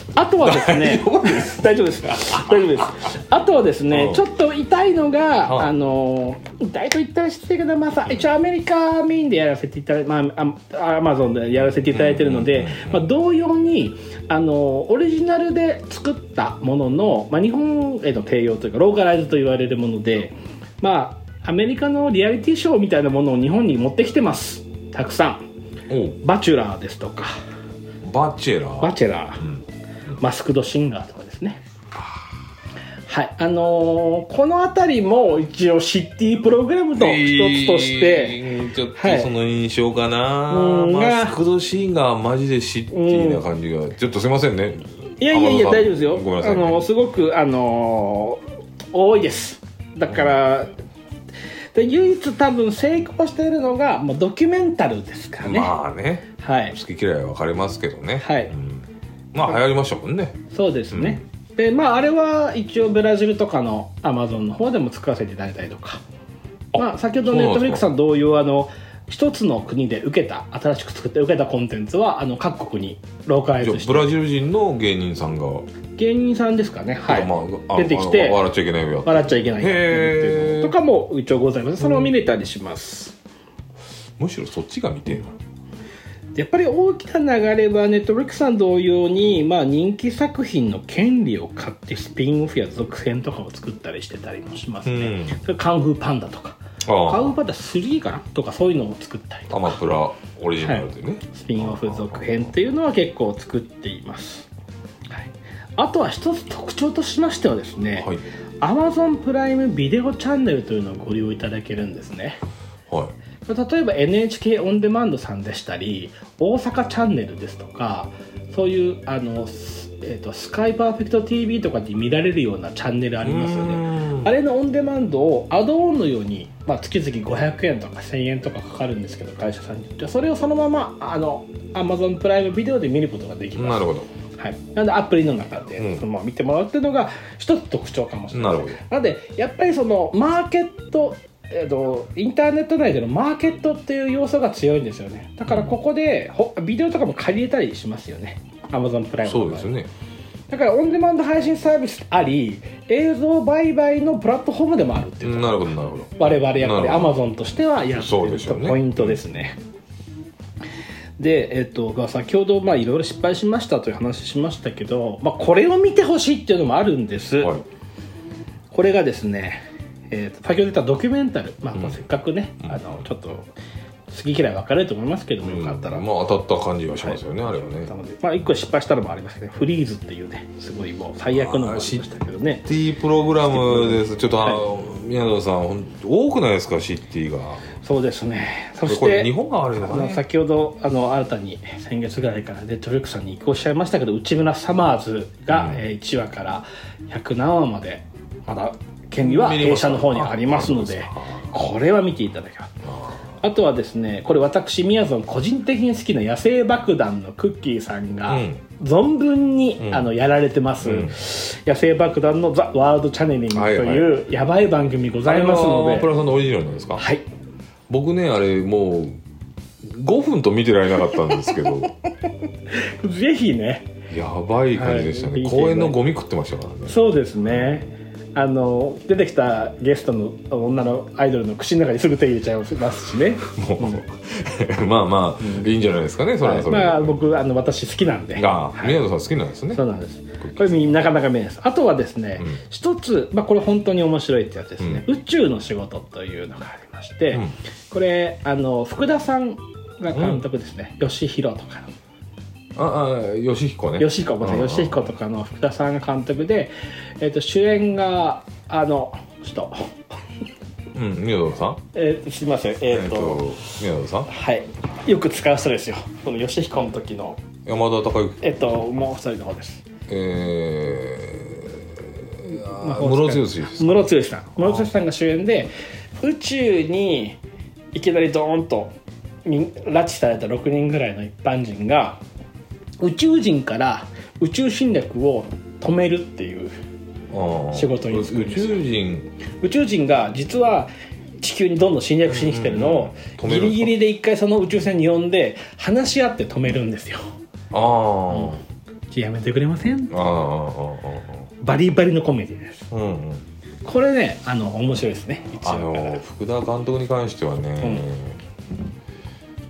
あとはですね大丈夫です大丈夫ですあとはですね、ちょっと痛いのが、あの痛いと言ったら失礼けど、まあさ、一応アメリカメインでやらせていただいて、まあ、アマゾンでやらせていただいているので、まあ、同様にあのオリジナルで作ったものの、まあ、日本への提用というかローカライズと言われるもので、まあ、アメリカのリアリティショーみたいなものを日本に持ってきてます。たくさん。バチュラーですとか、 バチェラーバチェラー、うん、マスクドシンガーとかですね。 はいあのー、この辺りも一応シティプログラムの一つとして、 えー、ちょっとその印象かな、はい、まあ、スクドシーンがマジでシティな感じが、ちょっとすいませんね。 いやいやいや大丈夫ですよ。ごめんなさい、ね、あのすごくあのー、多いです。だから、うん、で唯一多分成功しているのがもうドキュメンタルですからね。 まあね、はい、好き嫌いは分かれますけどね、はい、うん、まあ流行りましたもんね。 そうですね、うん、でまああれは一応ブラジルとかのアマゾンの方でも作らせていただいたりとか、まあ、先ほどネットフリックスさん同様あの一つの国で受けた新しく作って受けたコンテンツはあの各国にローカライズして、 ブラジル人の芸人さんが芸人さんですかね、はい、 まあ、 出てきて笑っちゃいけないよ笑っちゃいけないっていうのとかも一応ございます。それを見れたりします、 うん、むしろそっちが見てるな。 やっぱり大きな流れはネットフリックスさん同様に、まあ、人気作品の権利を買ってスピンオフや続編とかを作ったりしてたりもしますね、うん、それカンフーパンダとかカンフーパンダスリーかなとかそういうのを作ったりとか、 アマプラオリジナルでね、はい、 スピンオフ続編っていうのは結構作っています、はい、あとは一つ特徴としましてはですね、はい、Amazon プライムビデオチャンネルというのをご利用いただけるんですね、はい、例えば エヌエイチケー オンデマンドさんでしたり大阪チャンネルですとかそういうあの、えーと、スカイパーフェクト ティーブイ とかで見られるようなチャンネルありますよね。あれのオンデマンドをアドオンのように、まあ、月々ごひゃくえんとかせんえんとかかかるんですけど会社さんによってはそれをそのままあの Amazon プライムビデオで見ることができます。 なるほど、 はい、なのでアプリの中でそのまま見てもらうっていうのが一つ特徴かもしれない。なるほど。なのでやっぱりそのマーケットえー、とインターネット内でのマーケットっていう要素が強いんですよね。だからここでほビデオとかも借りれたりしますよね Amazon プライムの場合。そうですね。だからオンデマンド配信サービスあり映像売買のプラットフォームでもあるっていう。なるほどなるほど。我々やっぱり Amazon としてはやってるポイントですね。で、えっと、先ほどまあいろいろ失敗しましたという話しましたけど、まあ、これを見てほしいっていうのもあるんです、はい、これがですね、えー、と先ほど言ったドキュメンタル、まあ、せっかくね、うん、あのちょっと好き嫌い分かれると思いますけども、うん、よかったら、 まあ、当たった感じがしますよね、はい、あれはね。 まあ、いっこ失敗したのもありますけど、フリーズっていうねすごいもう最悪のもありましたけどね。 シティプログラムです。ちょっとあの、はい、宮野さん多くないですかシティが。 そうですね。そしてこれ日本が悪いのかね。 先ほどあの新たに先月ぐらいからネットフリックスさんにおっしゃいましたけど、内村サマーズが、うんえー、いちわからひゃくなんわまでまだ権利は弊社の方にありますので、これは見ていただけます。あとはですね、これ私みやぞん個人的に好きな野生爆弾のクッキーさんが存分に、うん、あのやられてます、うん、野生爆弾のザ・ワールドチャネリングというやばい番組ございますので。 プラさんのオリジナルなんですか。 はい。 僕ねあれもうごふんと見てられなかったんですけどぜひね。 やばい感じでしたね、はい、公園のゴミ食ってましたからね。 そうですね。あの出てきたゲストの女のアイドルの口の中にすぐ手入れちゃいますしね。もう、うん、まあまあ、うん、いいんじゃないですかね。それはそれで、 まあ、僕あの私好きなんで。 あ、はい、宮野さん好きなんですね。 そうなんです。これなかなか見えないです。あとはですね、うん、一つ、まあ、これ本当に面白いってやつですね、うん、宇宙の仕事というのがありまして、うん、これあの福田さんが監督ですね、うん、吉弘とかのああ吉彦ね吉彦吉彦とかの福田さんが監督で、えー、と主演があの人うん宮野さん、 えー、すみませんえっ、ー、と、えー、と宮野さんはいよく使う人ですよ。この吉彦の時の山田孝之えっ、ー、ともう一人の方です。 えー、室強しです室強さん室強さんが主演で宇宙にいきなりドーンと拉致されたろくにんぐらいの一般人が宇宙人から宇宙侵略を止めるっていう仕事に就くんです。 宇宙人宇宙人が実は地球にどんどん侵略しに来てるのをギリギリで一回その宇宙船に呼んで話し合って止めるんですよ。ああ、うん、やめてくれません。ああバリバリのコメディです、うんうん、これねあの面白いですね。 あの福田監督に関してはね、うん、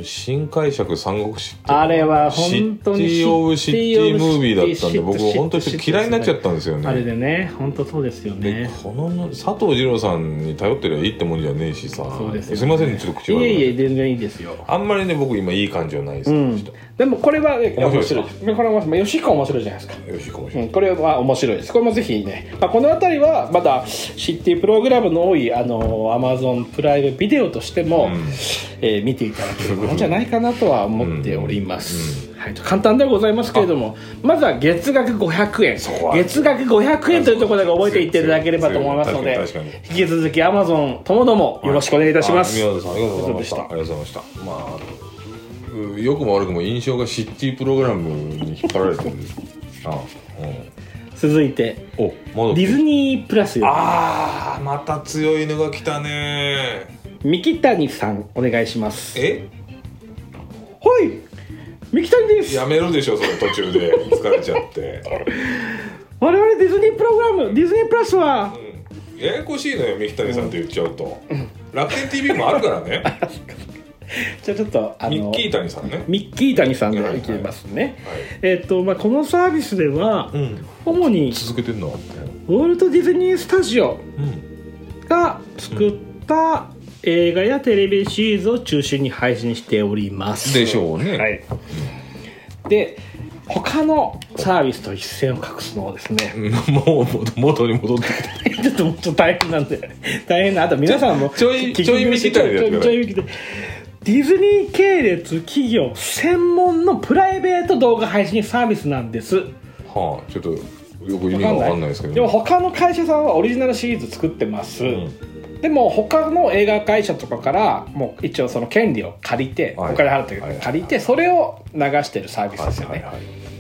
新解釈三国志ってあれは本当にシティ・オブ・シティ・ムービーだったんで僕本当に嫌いになっちゃったんですよね。 あれでね本当そうですよね。 この佐藤二郎さんに頼ってりゃいいってもんじゃねえしさ。 そうですよね、 すいませんねちょっと口悪い。 いえいえ全然いいですよ。 あんまりね僕今いい感じはないです、うん、 でもこれは、ね、 面白いですか。 これは面白い。吉川面白いじゃないですか。 吉川面白い、 うん、これは面白いです。これもぜひね、まあ、この辺りはまだシティプログラムの多いあの Amazon プライムビデオとしても、うんえー、見ていただけるものじゃないかなとは思っております、うんうんはい、簡単ではございますけれどもまずは月額ごひゃくえん月額ごひゃくえんというところで覚えていっていただければと思いますので引き続き Amazon ともどもよろしくお願いいたします。 宮田さんありがとうございました。ありがとうございました。まあ良くも悪くも印象がシティプログラムに引っ張られてるあ、うん続いておまだディズニープラスよ。 あーまた強いのが来たね。 三木谷さんお願いします。 えはい三木谷です。 やめるでしょそれ途中で疲れちゃって我々ディズニープログラムディズニープラスは、 うん、ややこしいのよ三木谷さんって言っちゃうと、うん、楽天 ティーブイ もあるからねじゃあちょっとあのミッキー谷さんねミッキー谷さんでいきますね、はいはいえーとまあ、このサービスでは、うん、主に続けてんのウォルト・ディズニー・スタジオが作った、うん映画やテレビシリーズを中心に配信しておりますでしょうね、 はい、で他のサービスと一線を画すのをですねもう元に戻ってきてちょっともうちょっと大変なんで大変なあと皆さんもちょいちょい見せたりでちょい見せてディズニー系列企業専門のプライベート動画配信サービスなんです。 はあちょっとよく意味が分かんないですけど、ね、 でも他の会社さんはオリジナルシリーズ作ってます、うんでも他の映画会社とかからもう一応その権利を借りて、はい、お金払って借りてそれを流してるサービスですよね、はいはいはい、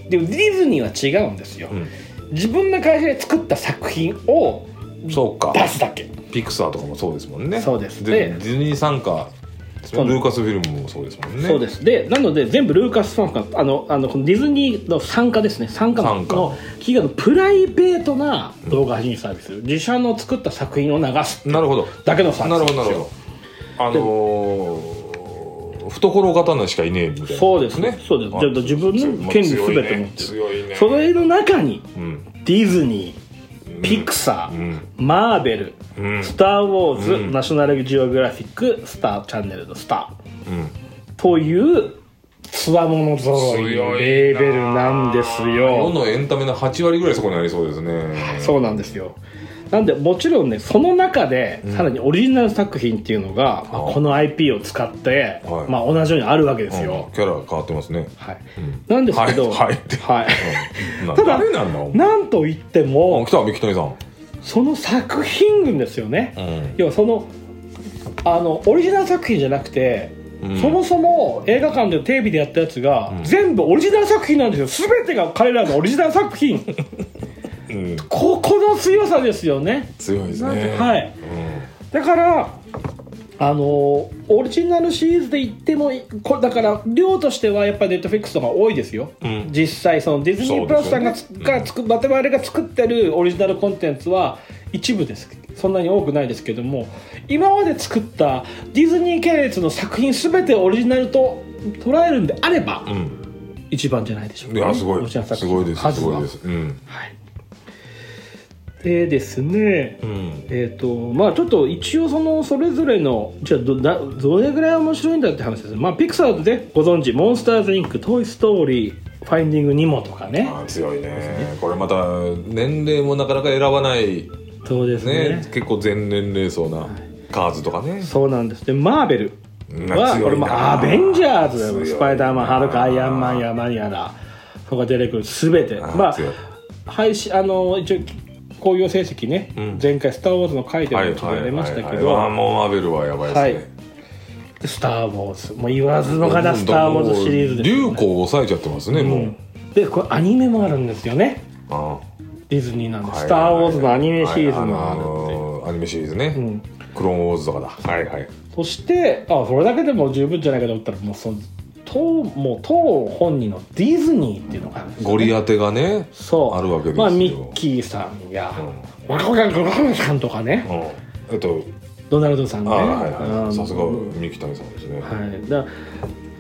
でもディズニーは違うんですよ、うん、自分の会社で作った作品を出すだけ。 ピクサーとかもそうですもんね。 そうですでディズニー参加ルーカスフィルムもそうですもんね。 そうです。でなので全部ルーカスファンカあのあのこのディズニーの参加ですね参加の企業のプライベートな動画配信サービス、うん、自社の作った作品を流すなるほどだけのサービスですよ。 なるほどなるほど。あのー、懐刀しかいねえみたいな、ね、 そうですねそうです。じゃあ自分の権利全て持ってる、 強いね。 それの中に、うん、ディズニーピクサー、うん、マーベル、うん、スター・ウォーズ、うん、ナショナルジオグラフィックスターチャンネルのスター、うん、というつわもの揃いのレーベルなんですよ。 世のエンタメのはち割ぐらいそこにありそうですね。 そうなんですよ。なんでもちろんねその中でさらにオリジナル作品っていうのが、うんまあ、この アイピー を使って、はいまあ、同じようにあるわけですよ、 うん、キャラ変わってますね、 はいうん、なんですけど、 はいはいはいうん、 ただなんといっても来た三木谷さんその作品群ですよね、うん、要はそのあのオリジナル作品じゃなくて、うん、そもそも映画館でテレビでやったやつが、うん、全部オリジナル作品なんですよ。全てが彼らのオリジナル作品うん、ここの強さですよね。 強いですね。 はい、うん、だからあのオリジナルシリーズで言ってもこれだから量としてはやっぱりネットフリックスの方が多いですよ、うん、実際そのディズニープラスさんが、ねがつく、うん、我々が作ってるオリジナルコンテンツは一部です。そんなに多くないですけども今まで作ったディズニー系列の作品全てオリジナルと捉えるんであれば、うん、一番じゃないでしょうか、ね、 いやすごいすごいですすごいです、うんはいでですね、うん、えっ、ー、とまあちょっと一応そのそれぞれのじゃあ ど, だどれぐらい面白いんだって話です。まあピクサーでご存知モンスターズインク、トイストーリー、ファインディングニモとかね。 あ強い ね, ねこれまた年齢もなかなか選ばないそうです ね, ね結構全年齢層な、はい、カーズとかね。 そうなんです。でマーベルはこれもアベンジャーズスパイダーマン、ハルク、アイアンマンやマニアだとか出てくる全てあまあ配信あの一応興行成績ね、うん、前回スターウォーズの回でもちょっとやりましたけど、 もうマーベルはやばいですね、はい、 でスターウォーズもう言わずのかなスターウォーズシリーズです、ね、 流行を抑えちゃってますね、うん、もうでこれアニメもあるんですよね。ああディズニーなんで、はい、スターウォーズのアニメシリーズもあるっていう、はいはいあのー、アニメシリーズね、うん、クローンウォーズとかだはいはいそしてあそれだけでも十分じゃないかと思ったらもうその当もう当本人のディズニーっていうのがあるんですよね。 ゴリ当てがねそうあるわけですよ。 まあミッキーさんや、うん、ワカワカワカワカさんとかね、 うん、えっとドナルドさんね。 あ、はいはい、さすが三木谷さんですね。 はい、だ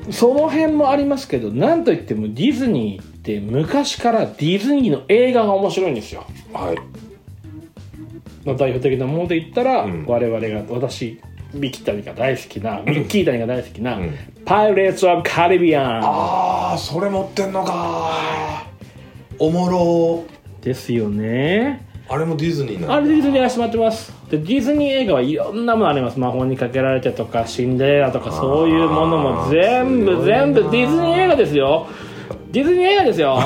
その辺もありますけど、なんといってもディズニーって昔からディズニーの映画が面白いんですよ。 はい。 の代表的なもので言ったら、うん、我々が私ミキタニが大好きな、うん、ミッキータニが大好きな、うん、パイレーツ・オブ・カリビアン。 ああ、それ持ってんのか。おもろですよね。 あれもディズニーなんだ。 あれディズニーが始まってます。でディズニー映画はいろんなものあります。魔法にかけられてとかシンデレラとか、そういうものも全部全部ディズニー映画ですよ。ディズニー映画ですよ。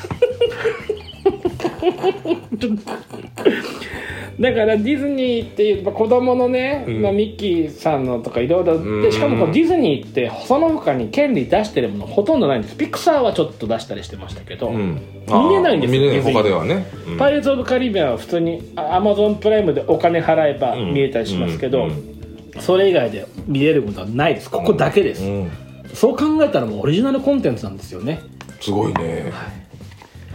だからディズニーっていう子供のね、うんまあ、ミッキーさんのとかいろいろで、しかもこうディズニーってその他に権利出してるものほとんどないんです。ピクサーはちょっと出したりしてましたけど、うん、見れないんですよ。 見れない他ではね、 うん、パイレーツ・オブ・カリビアンは普通にアマゾンプライムでお金払えば見れたりしますけど、うんうんうん、それ以外で見れることはないです。ここだけです、うん、そう考えたらもうオリジナルコンテンツなんですよね。 すごいね、はい、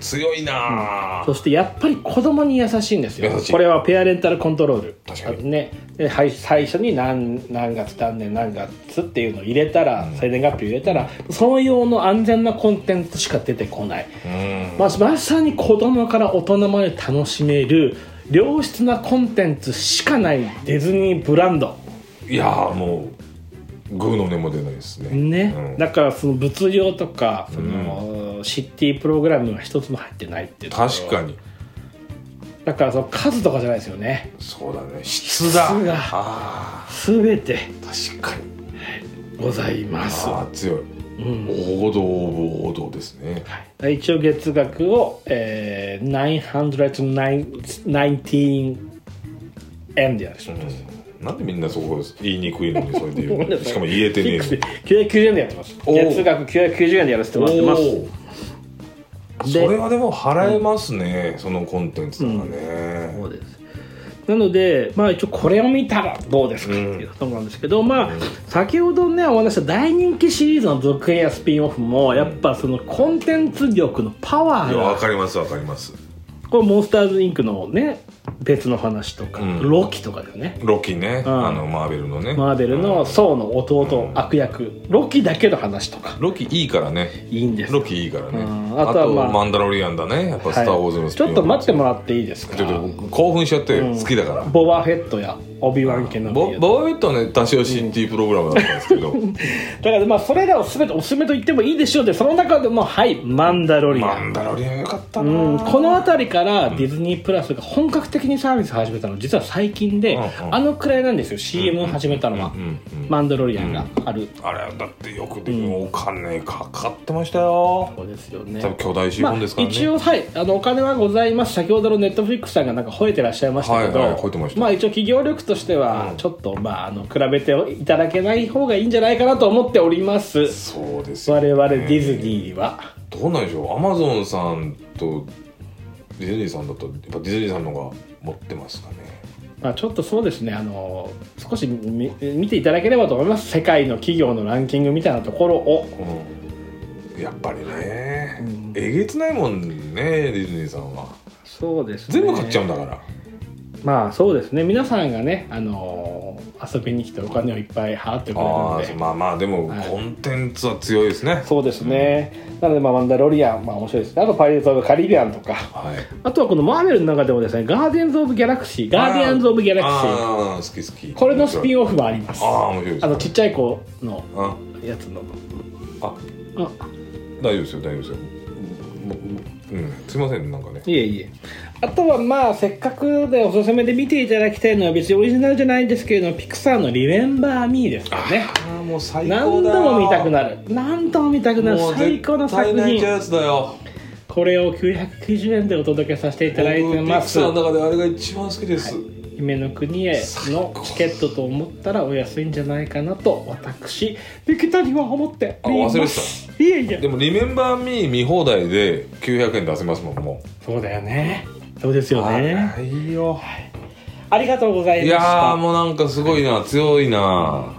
強いな、 うん、そしてやっぱり子供に優しいんですよ。これはペアレンタルコントロール。 確かにね。で最初に 何, 何月何年何月っていうのを入れたら、うん、生年月日を入れたらその用の安全なコンテンツしか出てこない、うんまあ、まさに子供から大人まで楽しめる良質なコンテンツしかないディズニーブランド。 いやーもうグーの音も出ないですね。 ね、 うん、 だからその物量とかその、うん、シティプログラムが一つも入ってないっていう。 確かに。 だからその数とかじゃないですよね。 そうだね。質だ。 質が全て確かにございます。 あ強い、うん、王道王道ですね、 はい、一応月額を、えー、きゅうひゃくじゅうきゅうえんでやるします、 うん、なんでみんなそこ言いにくいのにそれで言うしかも言えてねえの。 きゅうひゃくきゅうじゅうえんでやってます。月額きゅうひゃくきゅうじゅうえんでやらせてもらってます。 それはでも払えますね、うん、そのコンテンツとかね、 うん、そうです。なので、まあ、一応これを見たらどうですかっていうところなんですけど、うん、まあ、先ほどねお話した大人気シリーズの続編やスピンオフもやっぱそのコンテンツ力のパワーが、 わかりますわかります。 これモンスターズインクのね別の話とか、うん、ロキとかだよね。 ロキね、うん、あのマーベルのねマーベルのソーの弟、うん、悪役ロキだけの話とか。 ロキいいからね。 いいんですロキいいからね、うん、 あとは、まあ、 あとマンダロリアンだね。やっぱスターウォーズのスピンオフ、 はい、ちょっと待ってもらっていいですか。 ちょっと興奮しちゃって、うん、好きだから。ボバフェットやオビワン系のボ, ボバフェットはね多少シンティプログラムだったんですけど、うん、だからまあそれらを全ておすすめと言ってもいいでしょう。でその中でもはいマンダロリアンマンダロリアンよかったな、 うん、この辺りからディズニープラスが本格的にサービス始めたの実は最近で、うんうん、あのくらいなんですよ。 シーエム を始めたのは、うんうんうん、マンダロリアンがある、 うん、あれだってよくでもお金かかってましたよ、 うん、そうですよね。 多分巨大資本ですからね、 まあ、一応はいあのお金はございます。先ほどのネットフリックスさんがなんか吠えてらっしゃいましたけど、 はいはい、吠えてました。 まあ一応企業力としてはちょっと、うん、まああの比べていただけない方がいいんじゃないかなと思っております。 そうですよね、 我々ディズニーはどうなんでしょう。アマゾンさんとディズニーさんだとやっぱディズニーさんの方が持ってますかね。 まあ、ちょっとそうですねあの少し見ていただければと思います。世界の企業のランキングみたいなところを、 うん、やっぱりね、うん、えげつないもんねディズニーさんは。 そうですね、 全部買っちゃうんだから。 まあそうですね、皆さんがね、あのー、遊びに来てお金をいっぱい払ってくれるので、 あまあまあでも、はい、コンテンツは強いですね。 そうですね、うん、なのでまあマンダロリアン、まあ面白いですね。あとパイレーツ・オブ・カリビアンとか、はい、あとはこのマーベルの中でもですねガーディアンズ・オブ・ギャラクシーガーディアンズ・オブ・ギャラクシー、 ああ好き好き、 これのスピンオフもあります。 ああ面白いです、ね、 あのちっちゃい子のやつのああ大丈夫ですよ大丈夫ですよ、うん、すいませんなんかね。 いえいえ。あとはまあせっかくでおすすめで見ていただきたいのは別にオリジナルじゃないんですけれどもピクサーのリメンバーミーですよね。 ああもう最高だ。 何度も見たくなる何度も見たくなる最高の作品。 泣いちゃうやつだよ。 これをきゅうひゃくきゅうじゅうえんでお届けさせていただいてます。 ピクサーの中であれが一番好きです、はい、夢の国へのチケットと思ったらお安いんじゃないかなと私ビキタには思っています。あ忘れてた。いえいえ。でもリメンバーミー見放題できゅうひゃくえん出せますもん。もうそうだよね。そうですよね。 あいいよ、はい、 ありがとうございました。 いやもうなんかすごいな、はい、強いな。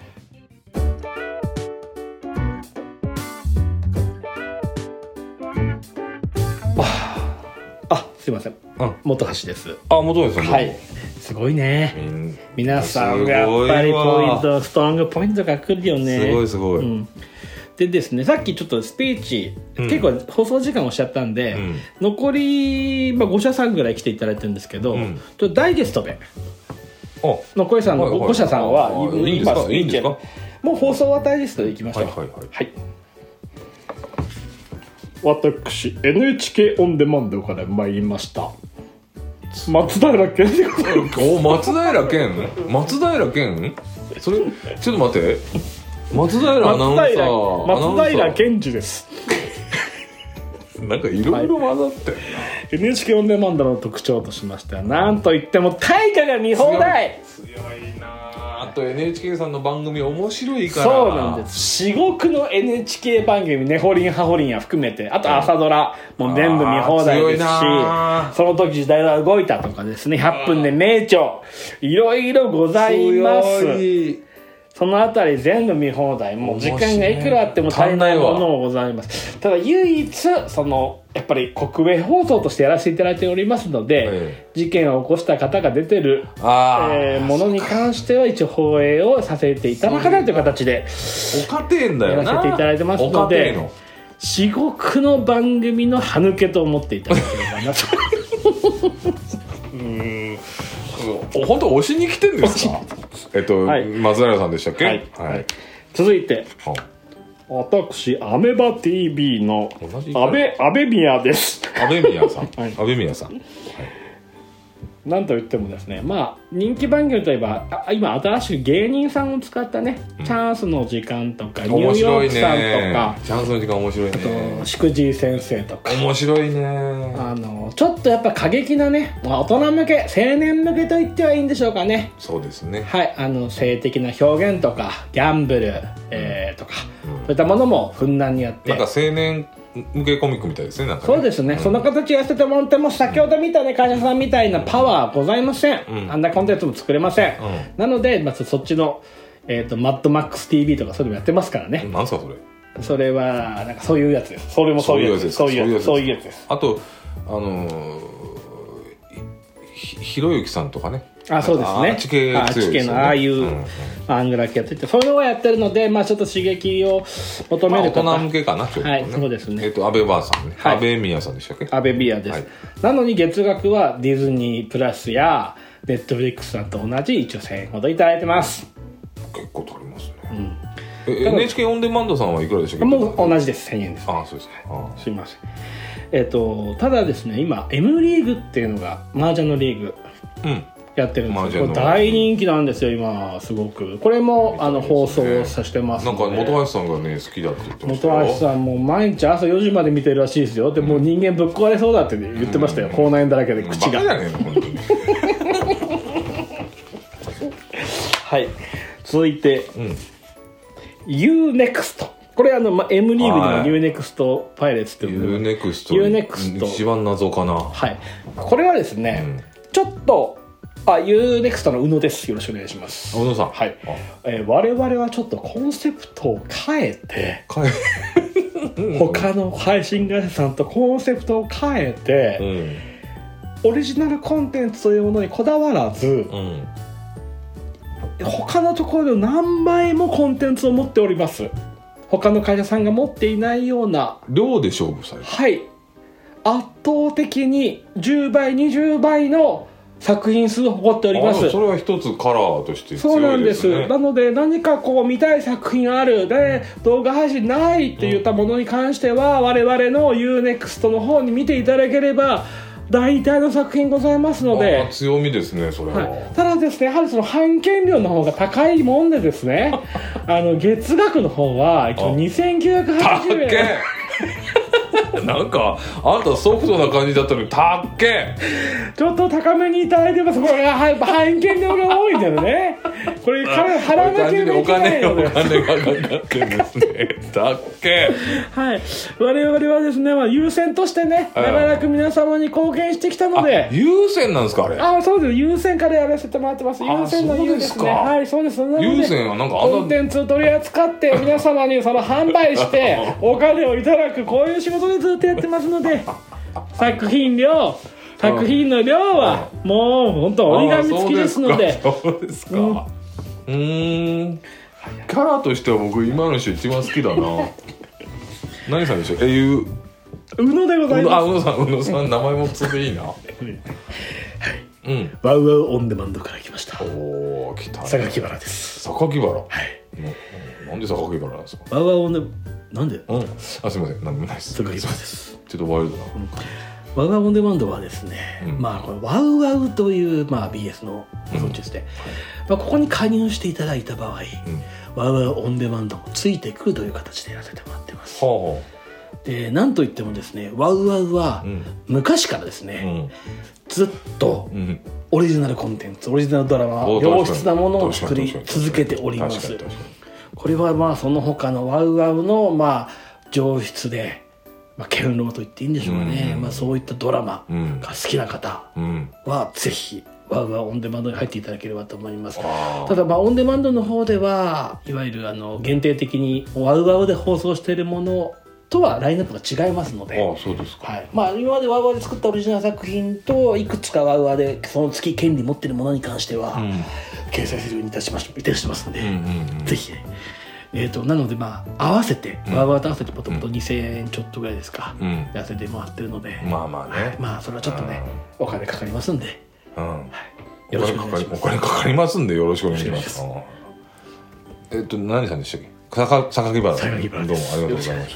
あ、すいません、うん、元橋です。 あ、元橋さん、 はい、すごいね。皆さんやっぱりポイントストロングポイントが来るよね。 すごいすごい、 うん、 でですね、さっきちょっとスピーチ、うん、結構放送時間おっしゃったんで、うん、残り、まあ、ご社さんぐらい来ていただいてるんですけど、うん、ちょっとダイジェストでの声さんのご社さんは、 はいはい、いいんですか、いいんですか。 もう放送はダイジェストでいきましょう。 はいはいはい、 はい、私 エヌエイチケー オンデマンドから参りました松平健でございます。 お、松平健松平健それちょっと待って、松平アナウンサー松平健二です。 なんかいろいろ混ざってるな、はい、 エヌエイチケー オンデマンドの特徴としましてはなんといっても大河が見放題。 強い、強いなあと エヌエイチケー さんの番組面白いから。 そうなんです。至極の エヌエイチケー 番組、ねほりんはほりんや含めて、あと朝ドラも全部見放題ですし、その時時代が動いたとかですね、ひゃっぷんで名著いろいろございます。そのあたり全部見放題、もう時間がいくらあっても足りないものもございます。ただ唯一そのやっぱり国営放送としてやらせていただいておりますので、ええ、事件を起こした方が出てる、えー、ものに関しては一応放映をさせていただかないという形でお家庭だよなやらせていただいてますので、至極の番組の歯抜けと思っていただければなとうーん、本当押しに来てんですか。えっと、はい、松平さんでしたっけ。はいはい、 続いて、は私アメバ ティービー の阿部阿部宮です。 阿部宮さん、はい、阿部宮さん、はい、 なんといってもですね、まあ人気番組といえば今新しく芸人さんを使ったね、うん、チャンスの時間とかニューヨークさんとか、 チャンスの時間面白いね。 あとしくじい先生とか面白いね。 あのちょっとやっぱ過激なね、大人向け青年向けと言ってはいいんでしょうかね。 そうですね。 はい、あの性的な表現とかギャンブル、えー、とか、うん、そういったものもふんだんにやって、 なんか青年向けコミックみたいですね。なんかね、 そうですね、うん、その形やらせてもらっても先ほど見たね会社さんみたいなパワーはございません、うん、あんなコンテンツも作れません、うん、なので、まずそっちの、えーと、マッドマックス ティーブイ とかそういうのやってますからね。 なんすかそれ。 それはなんかそういうやつです。それもそういうやつです。そういうやつ、そういうやつです。 あとあのー、ひひろゆきさんとかね、 あ、そうですね、 あっち系強いですよね。あっち系のああいう、うんうん、アングラ系やってて、そういうのをやってるので、まあちょっと刺激を求める方、 まあ、大人向けかな、ちょっとね。 はい、そうですね。 えっ、ー、と安倍ばあさんね、はい、安倍宮さんでしたっけ。 安倍宮です、はい、なのに月額はディズニープラスやネットフリックスさんと同じ一応せんえんほどいただいてます。 結構取りますね、うん、え エヌエイチケー オンデマンドさんはいくらでしたっけ。 もう同じです。せんえんです。 ああ、そうですか。あすいません。えっ、ー、とただですね、今 M リーグっていうのが麻雀のリーグ、うんやってるんですよ。これ大人気なんですよ今すごく。これも、ね、あの放送させてますので。 なんか本橋さんがね好きだって言ってましたよ。 本橋さんも毎日朝よじまで見てるらしいですよ。でもう人間ぶっ壊れそうだって、ね、言ってましたよ、うん、口内炎だらけで口が。バカじゃねえの本当にはい、続いて、うん、ユーネクスト。これあの、ま、M リーグにも ユーネクスト パイレーツっていうユーネクストユーネクスト一番謎かな。 はい、これはですね、うん、ちょっとあ、ユーネクスト の宇野です。よろしくお願いします。 宇野さん、 はい、えー、我々はちょっとコンセプトを変えて変え他の配信会社さんとコンセプトを変えて、うん、オリジナルコンテンツというものにこだわらず、うん、他のところで何倍もコンテンツを持っております。他の会社さんが持っていないような量で勝負される。 はい、圧倒的にじゅうばいにじゅうばいの作品数を誇っております。 それは一つカラーとして強いですね。 そうなんです。なので何かこう見たい作品あるで、うん、動画配信ないっていったものに関しては、うん、我々の ユーネクスト の方に見ていただければ大体の作品ございますので。 あ、強みですねそれは、はい、ただですね、やはりその版権料の方が高いもんでですねあの月額の方は一応にせんきゅうひゃくはちじゅうえん。 なんかあんたソフトな感じだったのにたっけちょっと高めにいただいてます。これは版権料が多いんだよね。これ払わなきゃいけないのでお金がかかってるんですねたっけ。 はい、我々はですね、まあ、優先としてね長らく皆様に貢献してきたので。 優先なんですかあれ。 あ、そうです。優先からやらせてもらってます。優先の優ですね。はい、そうです。 優先はなんかコンテンツを取り扱って皆様にその販売してお金をいただく、こういう仕事でずっとやってますので作品量作品の量はもう本当折り紙付きですので。 そうですか。うん、うーん、 キャラとしては僕今の人一番好きだな何さんでしょう、えいう宇野でございます。 あ、宇野さん、宇野さん名前もつでいいなはい、 うん、ワウワウオンデマンドから来ました。 おー、来た、ね、 榊原です。 榊原、はい 、 なんで榊原なんですか。 ワウワウオンデなんで、うん、 あ、すみません、なんでもないです。 榊原です。 ちょっとワイルドな、うん、 ワウワウオンデマンドはですね、うん、まあこれワウワウという、まあ、ビーエス のご存知ですね、うん、まあ、ここに加入していただいた場合、うん、ワウワウオンデマンドもついてくるという形でやらせてもらってます。はあ、でなんといってもですね、ワウワウは昔からですね、うん、ずっとオリジナルコンテンツ、オリジナルドラマ、良質なものを作り続けております。これはまあその他のワウワウのまあ上質で、まあ、堅牢と言っていいんでしょうかね、うん、まあ、そういったドラマが好きな方はぜひワウワウオンデマンドに入っていただければと思います。ただまあオンデマンドの方ではいわゆるあの限定的にワウワウで放送しているものとはラインナップが違いますので、 ああ、そうですか、 はい、まあ、今までワウワウで作ったオリジナル作品といくつかワウワウでその月権利持っているものに関しては、うん、掲載するようにいたしましいたしますので、うんうんうん、ぜひ、えーと、なのでまあ合わせて、うん、ワウワウと合わせてもともとにせんえんちょっとぐらいですか、うん、やらせてもらってるので、 まあまあね、 まあそれはちょっとね、うん、お金かかりますんで、うん、はい、よろしくお願いします。 お金かかりますんでよろしくお願いします。えっ、ー、と何さんでしたっけ、榊原さん、どうもありがとうございました。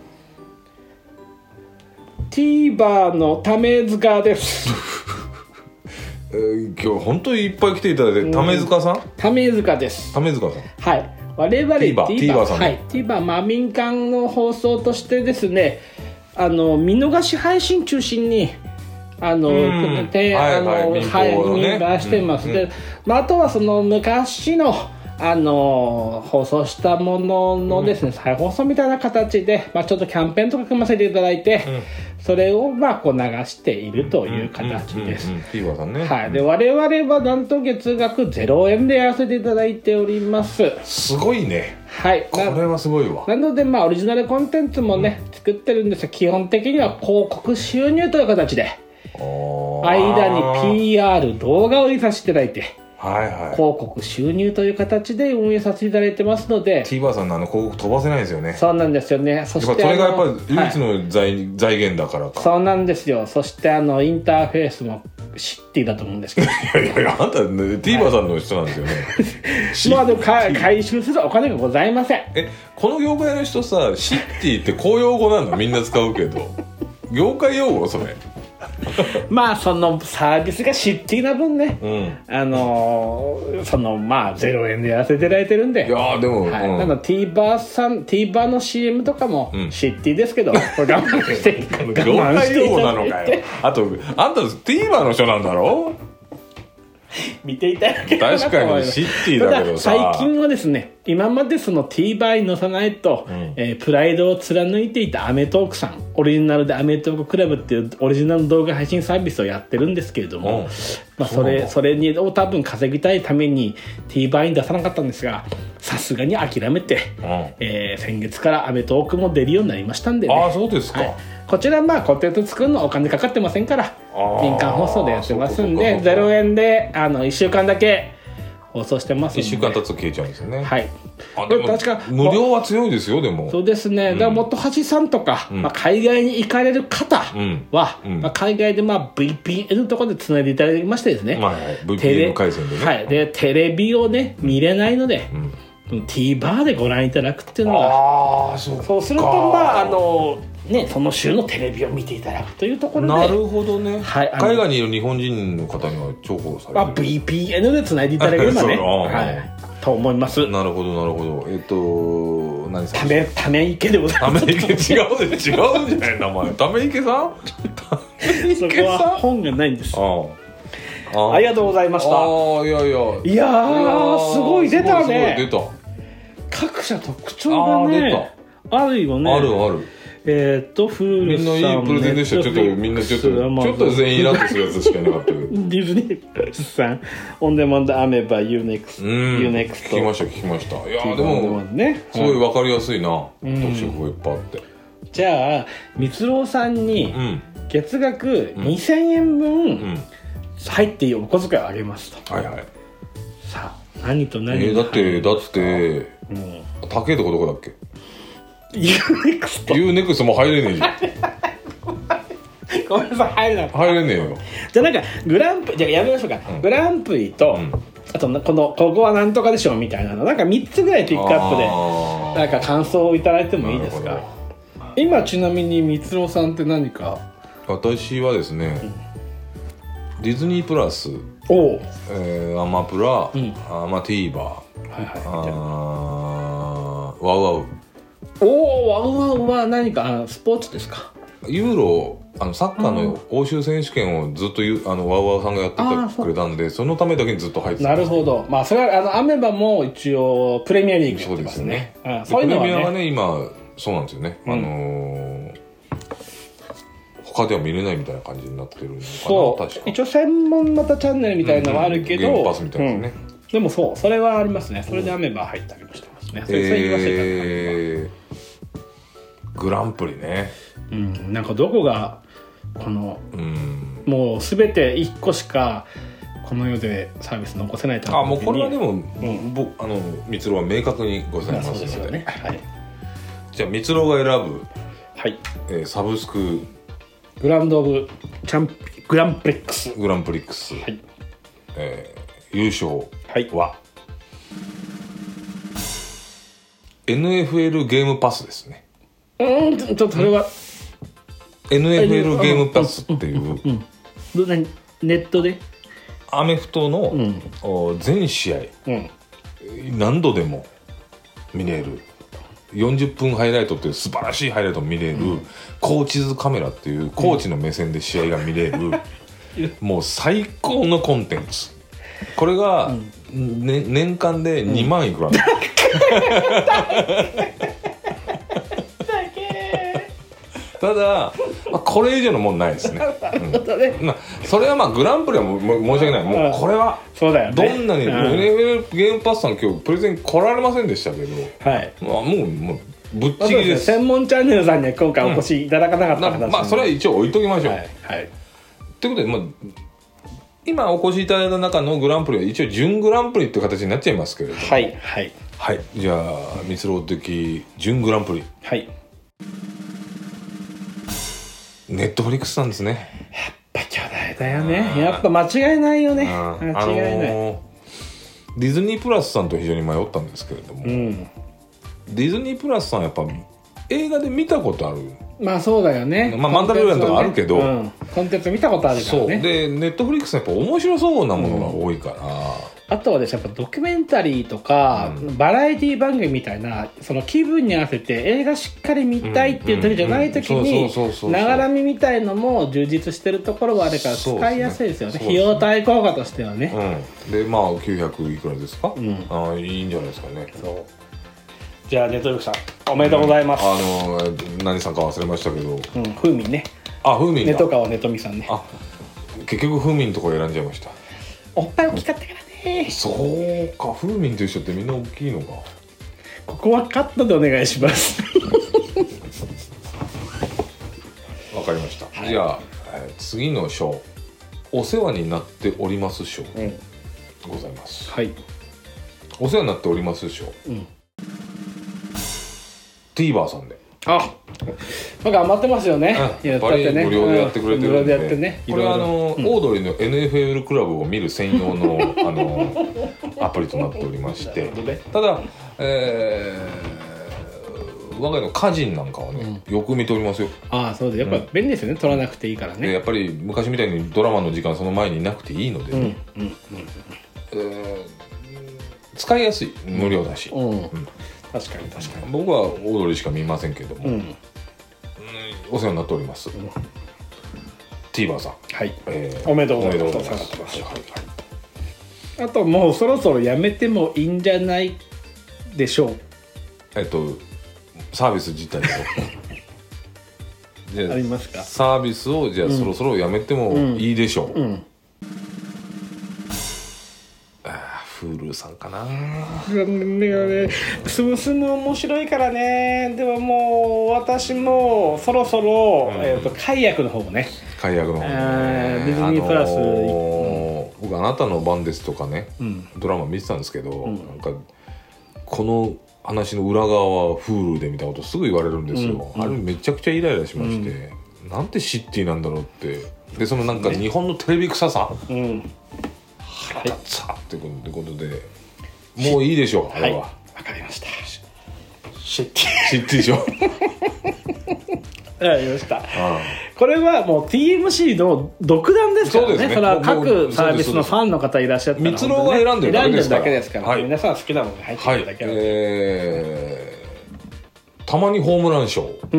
TVer の為塚ですえー、今日本当にいっぱい来ていただいて、為塚さん、 為塚です。 為塚さん、 はい、我々 TVer、TVer さん、 はい、TVer、まあ、民間の放送としてですね、あの見逃し配信中心にあの、うん、で、はい、あの、はい、民放ね、出してます。うんうん、で、まあ、あとはその昔のあの放送したもののですね、うん、再放送みたいな形で、まあ、ちょっとキャンペーンとか組ませていただいて、うん、それをまあこう流しているという形です。 TVer さんね。 はい。で、我々はなんと月額ゼロえんでやらせていただいております。 すごいね。 はい。 これはすごいわ。 なのでまあオリジナルコンテンツもね、うん、作ってるんですが、基本的には広告収入という形で、間に ピーアール 動画を入れさせていただいて、はいはい、広告収入という形で運営させていただいてますので、 TVer さんのあの広告飛ばせないですよね。 そうなんですよね。そしてそれがやっぱり唯一の財、はい、財源だからか。 そうなんですよ。そしてあのインターフェースもシッティだと思うんですけどいやいやいや、あんた、ね、TVer さんの人なんですよねまあでも回収するお金がございません。 え、この業界の人さ、シッティって公用語なのみんな使うけど業界用語それまあそのサービスがシッティな分ね、うん、あのー、そのまあゼロえんでやらせていただいてるんで、 いやでも、 はい、うん、なので TVer さん TVer の シーエム とかもシッティですけど、うん、これ我慢して我慢して業界用語なのかよ。あとあんた TVer の人なんだろ見ていただければ確かにシッティだけどさ、 最近はですね、今までその TVer に載さないと、うん、えー、プライドを貫いていたアメトークさん、オリジナルでアメトーククラブっていうオリジナル動画配信サービスをやってるんですけれども、うん、まあ、それそれにを多分稼ぎたいために TVer に出さなかったんですが、さすがに諦めて、うん、えー、先月からアメトークも出るようになりましたんでね。 ああ、そうですか、はい、 こちらまあコンテンツ作るのはお金かかってませんから、民間放送でやってますんで、ゼロえんであのいっしゅうかんだけ放送してますんで、 いっしゅうかん経つと消えちゃうんですよね。 はい。 あ、でも確か無料は強いですよ。でもそうですね、うん、だから元橋さんとか、うん、まあ、海外に行かれる方は、うん、まあ、海外でまあ ブイピーエヌ のところでつないでいただきましてですね、 まあはい、ブイピーエヌ 回線でね、 はい、でテレビをね見れないので、うん、TVer でご覧いただくっていうのが、あ、そうか、そうするとまああのね、その週のテレビを見ていただくというところで。 なるほどね、はい、海外にいる日本人の方には重宝される、まあ、 ブイピーエヌ でつないでいただければねはい、と思います。 なるほどなるほど。えっと何さん、 ためため池でございます。 ため池違う違うんじゃない名前ため池さんそこは本がないんです。ああ、ありがとうございました。 ああ、いやいやいやー、すごい出たね。 出た。 各社特徴がね あ, あるよね。 あるある。 えっとフールさん、 みんないいプレゼンでした。ちょっとみんなちょっとちょっと全員イラッとするやつしかいなかったけどディズニープラスさん、オンデマンドアメバ ユーネクスト、ユーネクスト聞きました聞きました。いやでもね、すごい分かりやすいな、特色がいっぱいあって。 じゃあ蜜ろさんに月額にせんえんぶん入っていいお小遣いをあげますと、 はいはい。 さあ何と何、 えー、だってだって、うん、高いとこどこだっけ？ ユーネクストユーネクストも入れねえじゃんごめんなさい、入れなかった。 入れねえよ。 じゃあなんかグランプリ、じゃあやめましょうか、うん、グランプリと、うん、あとこのここはなんとかでしょうみたいなのなんかみっつぐらいピックアップでなんか感想をいただいてもいいですか？今ちなみにみつろさんって何か？ 私はですね、うん、ディズニープラス、 お、 えー、アマプラ、うん、アマティーバー、 はいはい、 あワウワウ。 おワウワウは何かスポーツですか？ ユーロ、あのサッカーの欧州選手権をずっとあのワウワウさんがやっててくれたんで、 そ, そのためだけにずっと入ってた。 なるほど。まあそれはあのアメバも一応プレミアリーグやってますね。 そうですよね。ああ、そういうのはね、プレミアはね今そうなんですよね、うん、あのー、他では見れないみたいな感じになってるのかな。そう、確か一応専門型チャンネルみたいなのはあるけど、うんうん、ゲームパスみたいなですね、うん、でもそうそれはありますね。それでアメバ入ったりもしてますね、うん、それ、それ言わせた、えー、グランプリね、 うん、なんかどこがこの、うん、もう全ていっこしかこの世でサービス残せないとあ、もうこれはでも、うん、僕あのみつろは明確にございますので、そうですよね、はい、じゃあみつろが選ぶ、 はいえー、サブスクグランドオブチャンピグランプリックスグランプリックス、はい、えー、優勝は、はい、エヌエフエル ゲームパスですね。 うん、ちょっとそれはエヌエフエル ゲームパスっていう、うん、 どんネットでアメフトの、うん、全試合、うん、何度でも見れるよんじゅっぷんハイライトっていう素晴らしいハイライトを見れる、うん、コーチズカメラっていうコーチの目線で試合が見れる、うん、もう最高のコンテンツ。これが、うんね、年間でにまんいくら、うん、ただ、まあ、これ以上のもんないですね。うん、まあ、それはまあグランプリはも申し訳ない。もうこれはそうだよね、 どんなに エヌエフエル ゲームパスさん今日プレゼン来られませんでしたけど、はい、まあ、もうもうぶっちぎりです。 専門チャンネルさんには今回お越しいただかなかった形、うん、 まあそれは一応置いときましょう。 はいはい、 ということで、まあ、今お越しいただいた中のグランプリは一応準グランプリっていう形になっちゃいますけれども、 はいはいはい、じゃあみつろ的準グランプリ、 はい、 ネットフリックスなんですね。 やっぱ巨大だよね。やっぱ間違いないよね。間違いない、あのー、 ディズニープラスさんと非常に迷ったんですけれども、うん、ディズニープラスさんやっぱ映画で見たことある。 まあそうだよね。 まあマンダロリアンとかあるけど、 ね、うん、コンテンツ見たことあるからね。 そうでネットフリックスやっぱ面白そうなものが多いから、うん、 あとはですね、やっぱドキュメンタリーとか、うん、バラエティ番組みたいなその気分に合わせて映画しっかり見たいっていう時じゃない時にながら見みたいのも充実してるところはあるから使いやすいですよね。費用対効果としてはね、 うん、でまあきゅうひゃくいくらですか、うん、あいいんじゃないですかね。 そう、じゃあネットフリックスさんおめでとうございます、うん、 あの何さんか忘れましたけど、うん、 フーミンね。 あ、フーミンだ。 ネトカワネトミさんね。 あ、結局フーミンのところ選んじゃいました。 おっぱい大きかったからね。 そうか、フーミンと一緒ってみんな大きいのか。 ここはカットでお願いしますわかりました、はい、じゃあ、えー、次の章お世話になっております章、うん、ございます。はい、お世話になっております章、うん、TVer さんで、 あ、なんか頑張ってますよね。 うん、やっぱり無料でやってくれてるんで、無料でやってね、 これはあの、うん、オードリーの エヌエフエル クラブを見る専用のあのアプリとなっておりまして、ただ、えー、我が家の家人なんかはね、うん、よく見ておりますよ。 ああ、そうで、やっぱ便利ですよね、取らなくていいからね。 でやっぱり昔みたいにドラマの時間その前にいなくていいので、ね、うんうんうん、えー、使いやすい、無料だし、うんうん、 確かに確かに。 僕はオードリーしか見ませんけども、うんうん、お世話になっております、うん、TVer さん、 はい、えー、おめでとうございます。はい、あともうそろそろやめてもいいんじゃないでしょう。 えっとサービス自体をじゃ あ, ありますか。 サービスをじゃあそろそろやめてもいいでしょう。うんうん、Hulu さんかな。 ね、スムスム面白いからね。でももう私もそろそろ、うん、えーと解約の方もね。 解約の方もね。 ディズニープラス、あのー僕あなたの番ですとかね、うん、ドラマ見てたんですけど、うん、なんかこの話の裏側は Hulu で見たことすぐ言われるんですよ、うん、あれめちゃくちゃイライラしまして、うん、なんてシッティなんだろうって。でそのなんか日本のテレビ臭さ、うん、腹立つさってことで、もういいでしょう、あれは。 わかりました。シッティシッティでしょわかりました。ああ、これはもう ティーエムシー の独断ですからね。そうですね。それは各サービスのファンの方いらっしゃったら、ね、 蜜蝋が選んでるだけですから。 選んでるだけですから、はい、皆さん好きなものに入ってるだけなので、はい、 えー、たまにホームラン賞、うん、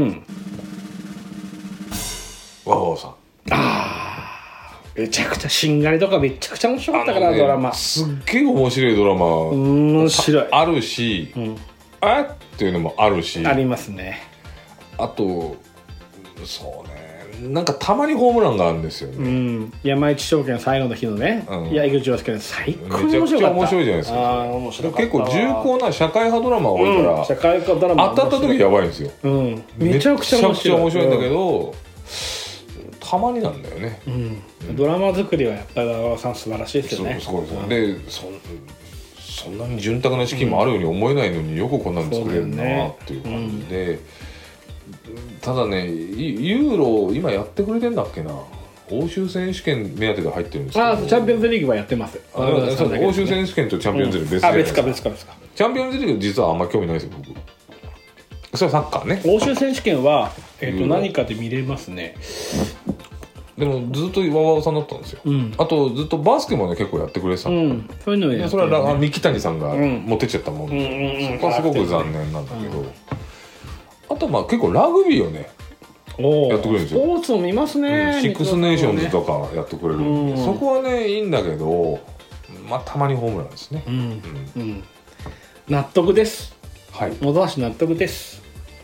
わわわさん。 あー、めちゃくちゃしんがりとかめちゃくちゃ面白かったから、ね、ドラマすっげえ面白いドラマ面白いあるし、うん、あっっていうのもあるし、 ありますね。 あとそうね、なんかたまにホームランがあるんですよね、うん、 山一証券最後の日のね、うん、いや井口洋介最高に面白かった。めちゃくちゃ面白いじゃないですか。あ面白かった。結構重厚な社会派ドラマが多いから、うん、 社会派ドラマ当たった時やばいんですよ、うん、 めちゃくちゃ面白い。 面白いんだけど、うん、たまになんだよね、うんうん、ドラマ作りはやっぱり長尾さん素晴らしいですよね。 そうそうそう、うん、で そ, そんなに潤沢な資金もあるように思えないのに、よくこんなの作れるなっていう感じで、ただね、ユーロ今やってくれてんだっけな。欧州選手権目当てで入ってるんですけど、 あチャンピオンズリーグはやってます。 あそう欧州選手権とチャンピオンズリーグ別じゃないですか、 うん、あ別か別か別か。 チャンピオンズリーグ実はあんま興味ないですよ僕。それはサッカーね。 欧州選手権は、えー、と何かで見れますね。 でもずっとワワさんだったんですよ、うん、あとずっとバスケもね結構やってくれてた、うん、そういうのをやってる、ね、それは三木谷さんが持ってっちゃったもんで、うん、そこはすごく残念なんだけど、うん、あとまあ結構ラグビーをねやってくれるんですよ。 スポーツを見ますね、 うん、シックスネーションズとかやってくれるんで、うん、そこはねいいんだけど、まあたまにホームランですね、うんうんうん、納得です。はい、本橋納得です。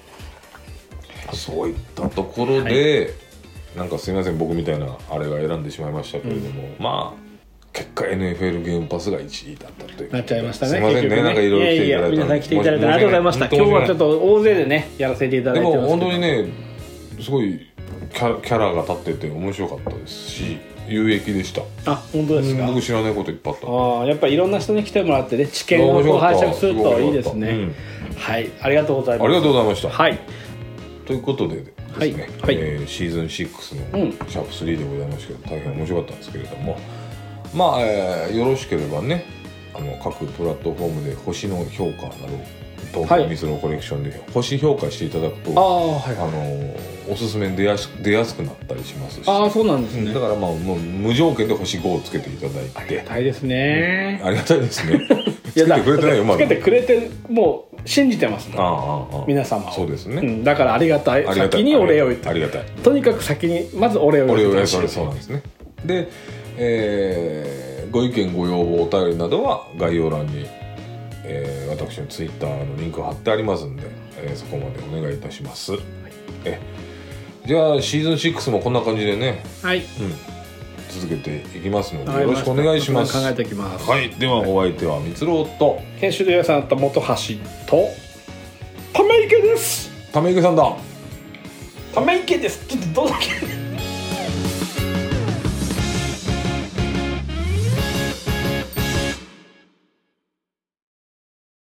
そういったところで、はい、なんかすみません僕みたいなあれが選んでしまいましたけれども、うん、まあ結果 エヌエフエル ゲームパスがいちいだったというなっちゃいましたね。 すみません ね, ねなんかいろいろ来ていただいた。 皆さん来ていただいてありがとうございました。今日はちょっと大勢でねやらせていただいてますけど、 でも本当にねすごいキャ, キャラが立ってて面白かったですし有益でした。 あ本当ですか。 僕知らないこといっぱいあった。 あやっぱりいろんな人に来てもらってね知見を拝借するといいですね、うん、はいありがとうございます。 ありがとうございました。 はいということでですね、はいはいえー、シーズンシックスのシャープスリーでございましたけど、大変面白かったんですけれども、まあ、えー、よろしければねあの各プラットフォームで星の評価など東京ミスロコレクションで星評価していただくと、はい、あのおすすめに出やす、出やすくなったりしますし、 あそうなんですね、 うん、だからまあもう無条件で星ごをつけていただいてありがたいですね、 うん、ありがたいですねつけてくれてないよまだつけてくれてもう信じてます、ね、ああああ皆様をそうですね、 うん、だからありがたい先にお礼を言ってありがたいとにかく先にまずお礼を言ってお礼をそうなんですね。で、えー、ご意見ご要望お便りなどは概要欄に、えー、私のツイッターのリンク貼ってありますんで、えー、そこまでお願いいたします、はい、えじゃあシーズンシックスもこんな感じでね、はい、うん、続けていきますのでよろしくお願いします。 考えていきます。 はい、ではお相手はみつろうと編集でやさんと本橋とため池です。 ため池さんだ。 ため池です。ちょっとどうだっけ